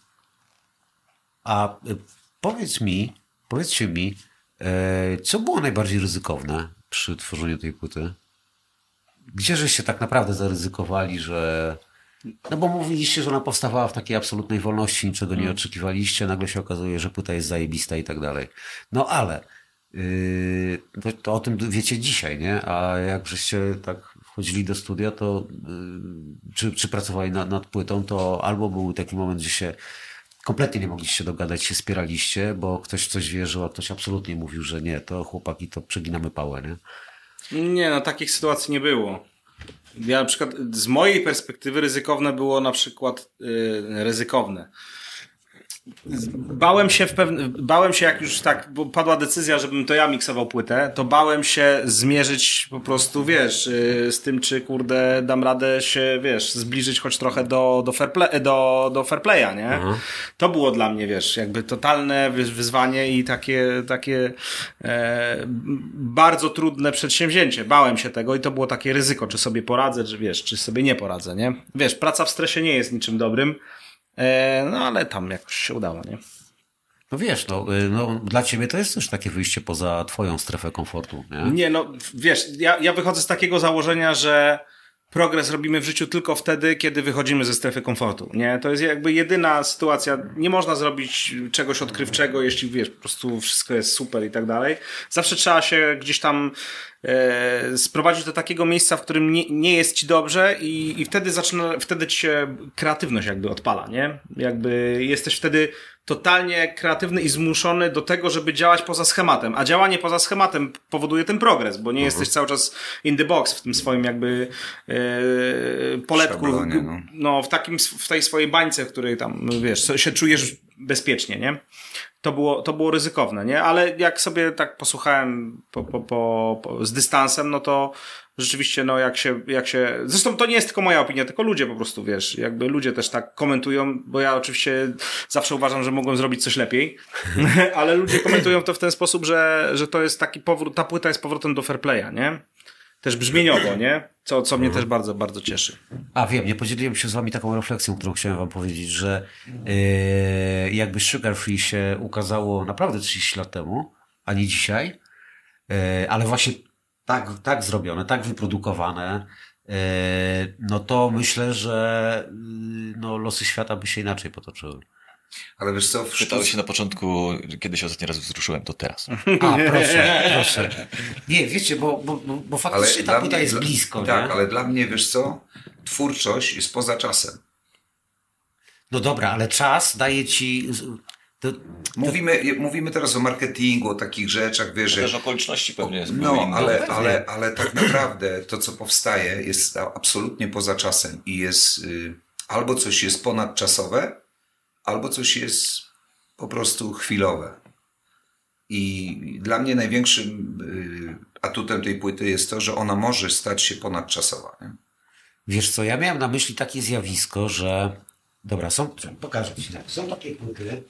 A y, powiedz mi, powiedzcie mi, y, co było najbardziej ryzykowne przy tworzeniu tej płyty? Gdzie żeście tak naprawdę zaryzykowali, że... No bo mówiliście, że ona powstawała w takiej absolutnej wolności, niczego nie oczekiwaliście, nagle się okazuje, że płyta jest zajebista i tak dalej. No ale yy, to, to o tym wiecie dzisiaj, nie? A jak żeście tak wchodzili do studia, to yy, czy, czy pracowali nad, nad płytą, to albo był taki moment, gdzie się kompletnie nie mogliście dogadać, się spieraliście, bo ktoś w coś wierzył, a ktoś absolutnie mówił, że nie, to chłopaki, to przeginamy pałę, nie? Nie, no takich sytuacji nie było. Ja na przykład, z mojej perspektywy ryzykowne było na przykład, yy, ryzykowne. Bałem się w pewne, bałem się jak już tak, bo padła decyzja, żebym to ja miksował płytę, to bałem się zmierzyć po prostu, wiesz, yy, z tym, czy kurde dam radę się, wiesz, zbliżyć choć trochę do, do, fair, play, do, do fair playa, nie? Mhm. To było dla mnie, wiesz, jakby totalne wyzwanie i takie, takie e, bardzo trudne przedsięwzięcie. Bałem się tego i to było takie ryzyko, czy sobie poradzę, czy wiesz, czy sobie nie poradzę, nie? Wiesz, praca w stresie nie jest niczym dobrym. No ale tam jakoś się udało, nie? No wiesz, no, no dla ciebie to jest też takie wyjście poza twoją strefę komfortu, nie? Nie, no wiesz, ja, ja wychodzę z takiego założenia, że progres robimy w życiu tylko wtedy, kiedy wychodzimy ze strefy komfortu, nie? To jest jakby jedyna sytuacja, nie można zrobić czegoś odkrywczego, jeśli wiesz, po prostu wszystko jest super i tak dalej. Zawsze trzeba się gdzieś tam e, sprowadzić do takiego miejsca, w którym nie, nie jest ci dobrze i, i wtedy zaczyna, wtedy ci się kreatywność jakby odpala, nie? Jakby jesteś wtedy totalnie kreatywny i zmuszony do tego, żeby działać poza schematem. A działanie poza schematem powoduje ten progres, bo nie uh-huh. jesteś cały czas in the box w tym swoim jakby e, poletku. Szablonie, no. no, w takim, w tej swojej bańce, w której tam, wiesz, się czujesz bezpiecznie, nie? To było, to było ryzykowne, nie? Ale jak sobie tak posłuchałem po, po, po, po, z dystansem, no to rzeczywiście, no jak się, jak się, zresztą to nie jest tylko moja opinia, tylko ludzie po prostu, wiesz, jakby ludzie też tak komentują, bo ja oczywiście zawsze uważam, że mogłem zrobić coś lepiej, ale ludzie komentują to w ten sposób, że, że to jest taki powrót, ta płyta jest powrotem do fair playa, nie? Też brzmieniowo, nie? Co, co mnie też bardzo, bardzo cieszy. A wiem, nie podzieliłem się z wami taką refleksją, którą chciałem wam powiedzieć, że yy, jakby Sugar Free się ukazało naprawdę trzydzieści lat temu, a nie dzisiaj, yy, ale właśnie tak, tak zrobione, tak wyprodukowane, yy, no to myślę, że yy, no, losy świata by się inaczej potoczyły. Ale wiesz co? Pytałeś się na początku, kiedy się ostatni raz wzruszyłem, to teraz. A, proszę, proszę. Nie, wiecie, bo, bo, bo faktycznie ta płyta jest dla, blisko. Tak, nie? ale dla mnie, wiesz co? Twórczość jest poza czasem. No dobra, ale czas daje ci... To, to... Mówimy, mówimy teraz o marketingu, o takich rzeczach, wiesz, że... Też okoliczności pewnie jest. No, ale, ale, ale tak naprawdę to, co powstaje, jest absolutnie poza czasem i jest... Y, albo coś jest ponadczasowe, albo coś jest po prostu chwilowe. I dla mnie największym y, atutem tej płyty jest to, że ona może stać się ponadczasowa. Nie? Wiesz co, ja miałem na myśli takie zjawisko, że... Dobra, są, pokażę ci. Są takie płyty,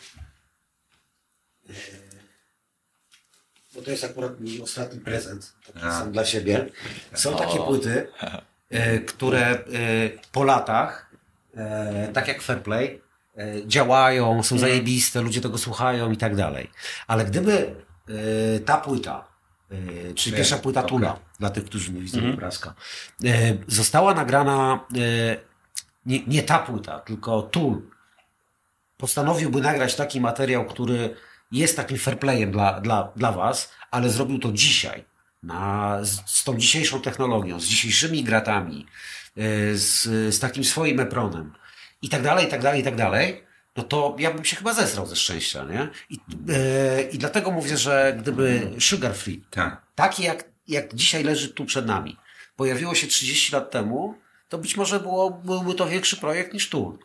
bo to jest akurat mój ostatni prezent, taki sam dla siebie. Są takie płyty, y, które y, po latach, y, tak jak Fair Play, działają, są zajebiste, ludzie tego słuchają i tak dalej. Ale gdyby y, ta płyta, y, czyli Nie, pierwsza płyta okay. Tula, dla tych, którzy nie widzą obrazka, y, została nagrana, y, nie, nie ta płyta, tylko Tool, postanowiłby nagrać taki materiał, który jest takim fair playem dla, dla, dla was, ale zrobił to dzisiaj, na, z, z tą dzisiejszą technologią, z dzisiejszymi gratami, y, z, z takim swoim epronem, i tak dalej, i tak dalej, i tak dalej, no to ja bym się chyba zesrał ze szczęścia, nie? I, yy, i dlatego mówię, że gdyby Sugar Free, tak. taki jak, jak dzisiaj leży tu przed nami, pojawiło się trzydzieści lat temu, to być może było, byłby to większy projekt niż tu.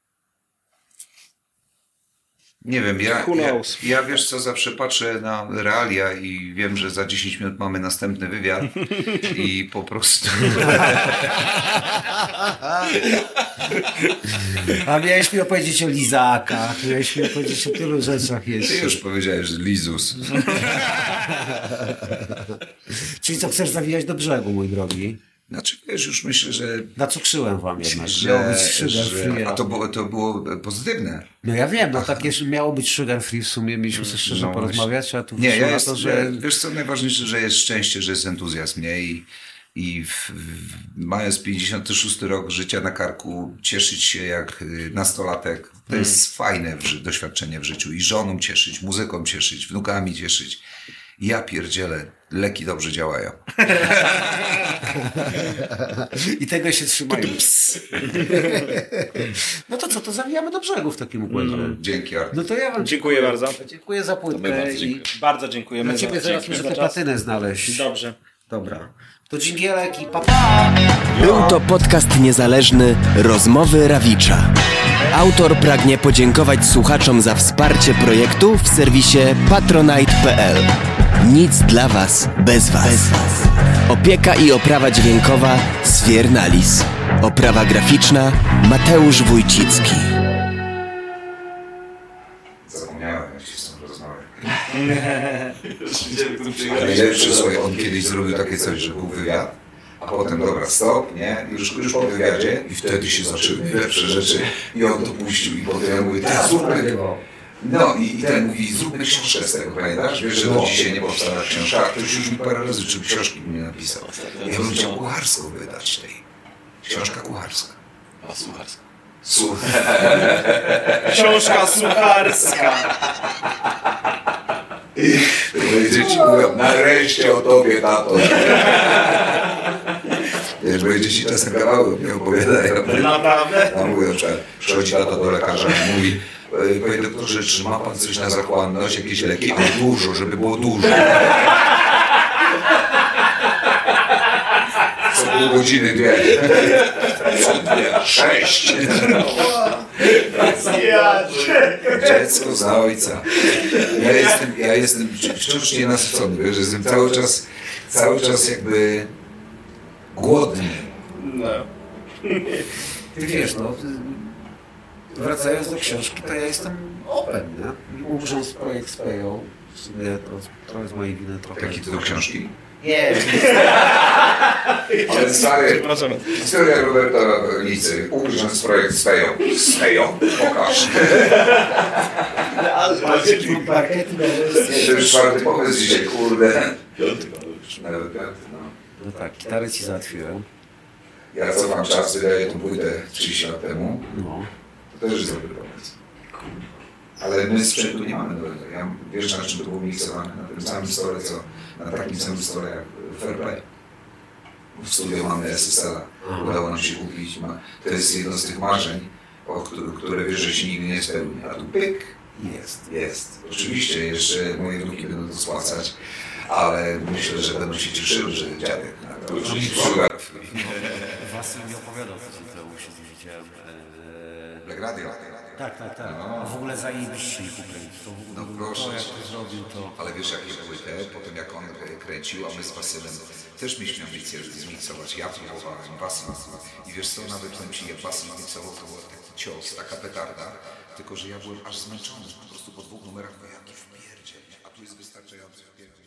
Nie wiem, ja, ja, ja wiesz co, zawsze patrzę na realia i wiem, że za dziesięć minut mamy następny wywiad i po prostu... A miałeś mi opowiedzieć o lizakach, miałeś mi opowiedzieć o tylu rzeczach jeszcze. Ty już powiedziałeś, że lizus. Czyli co, chcesz zawijać do brzegu, mój drogi? Znaczy, wiesz, już myślę, że... Nacukrzyłem wam jednak. Że, miało być sugar że, free. a to było, to było pozytywne. No ja wiem, no tak jest, miało być sugar free w sumie, mieliśmy sobie szczerze no porozmawiać, a tu nie, ja na jest, to, że... Wiesz co, najważniejsze, że jest szczęście, że jest entuzjazm, nie? I, i w, w, mając pięćdziesiąty szósty rok życia na karku, cieszyć się jak nastolatek, to hmm. jest fajne w, doświadczenie w życiu. I żoną cieszyć, muzyką cieszyć, wnukami cieszyć. Ja pierdzielę, leki dobrze działają. I tego się trzymają. No to co, to zawijamy do brzegu w takim układzie. No, dzięki, Artur. No to ja wam dziękuję, dziękuję bardzo. Dziękuję za płytkę. bardzo, i dziękuję. Bardzo dziękujemy. na ciebie zaraz muszę tę platynę znaleźć. Dobrze. Dobra. To dżingielek i pa, pa. Był to podcast niezależny Rozmowy Rawicza. Autor pragnie podziękować słuchaczom za wsparcie projektu w serwisie patronite kropka p l. Nic dla was bez was. Bez was. Opieka i oprawa dźwiękowa Sfiernalis. Oprawa graficzna Mateusz Wójcicki. Zapomniałem, jak się z tym rozmawiać. Najlepszy, słuchaj, on kiedyś zrobił takie coś, że był wywiad, a potem dobra, stop, nie? Już, już po wywiadzie i wtedy się zaczęły lepsze rzeczy i on to puścił i potem ja mówię, ty zróbmy. No i, i ten mówi, zróbmy książkę z tego, pamiętasz? Wiesz, że do dzisiaj nie powstała książka, a ktoś już mi parę razy, czy książki mi nie napisał. Ja bym chciał kucharską wydać tej. Książka kucharska. A słucharska. Słuchaj. Książka sucharska. Moje dzieci mówią, nareszcie o tobie, tato. Wiesz, moje dzieci czasem kawały mnie opowiadają. Naprawdę? A mówię, że przychodzi tata do lekarza i mówi, panie doktorze, czy ma pan coś na zachłanność, jakieś leki? Ale dużo, żeby było dużo. Co pół godziny, dwie. Co dwie? Sześć. Dziecko za ojca. Ja jestem, ja jestem wciąż nienasycony, wiesz, jestem cały czas, cały czas jakby głodny. No. Ty wiesz, no, wracając do książki, to ja jestem open, nie? Ugrząc projekt z Peją, w sumie to, to jest mojej winy trochę. Jaki tytuł książki? Nie. Ale stary, historia Roberta Licy, ugrząc projekt z Peją. Z Peją? Pokaż. To już czwarty pomysł dzisiaj, kurde. Piąty już. Nawet piąty, no. No tak, gitarę ci załatwiłem. Ja cofam czas, wydaję tą płytę trzydzieści lat temu. No. To też jest dobry pomysł. Ale my sprzętu nie mamy nowego. Ja wiesz, na czym to było miksowane? Na tym samym stole, co na takim samym stole jak Fairplay. W studiu mamy S S L-a. Udało nam się kupić. To jest jedno z tych marzeń, o które, które wiesz, że się nigdy nie spełni. A tu pyk, jest, jest. Oczywiście jeszcze moje wnuki będą to spłacać, ale myślę, że będą się cieszyły, że dziadek na to już przygarł. Was mi opowiadał, co temu się widziałem. Black Radio. Tak, tak, tak. No. W ogóle zajebiście kupił. To w ogóle, No proszę, to jak to zrobił, to... Ale wiesz, jakie płytę, potem jak on kręcił, a my z Wasylem też mieliśmy ambicje zmiksować. Ja próbowałem, Wasyl. I wiesz co, nawet powiem Ci, jak Wasyl miksował, to był taki cios, taka petarda, tylko że ja byłem aż zmęczony, po prostu po dwóch numerach, bo jaki wpierdziel, a tu jest wystarczający wpierdziel.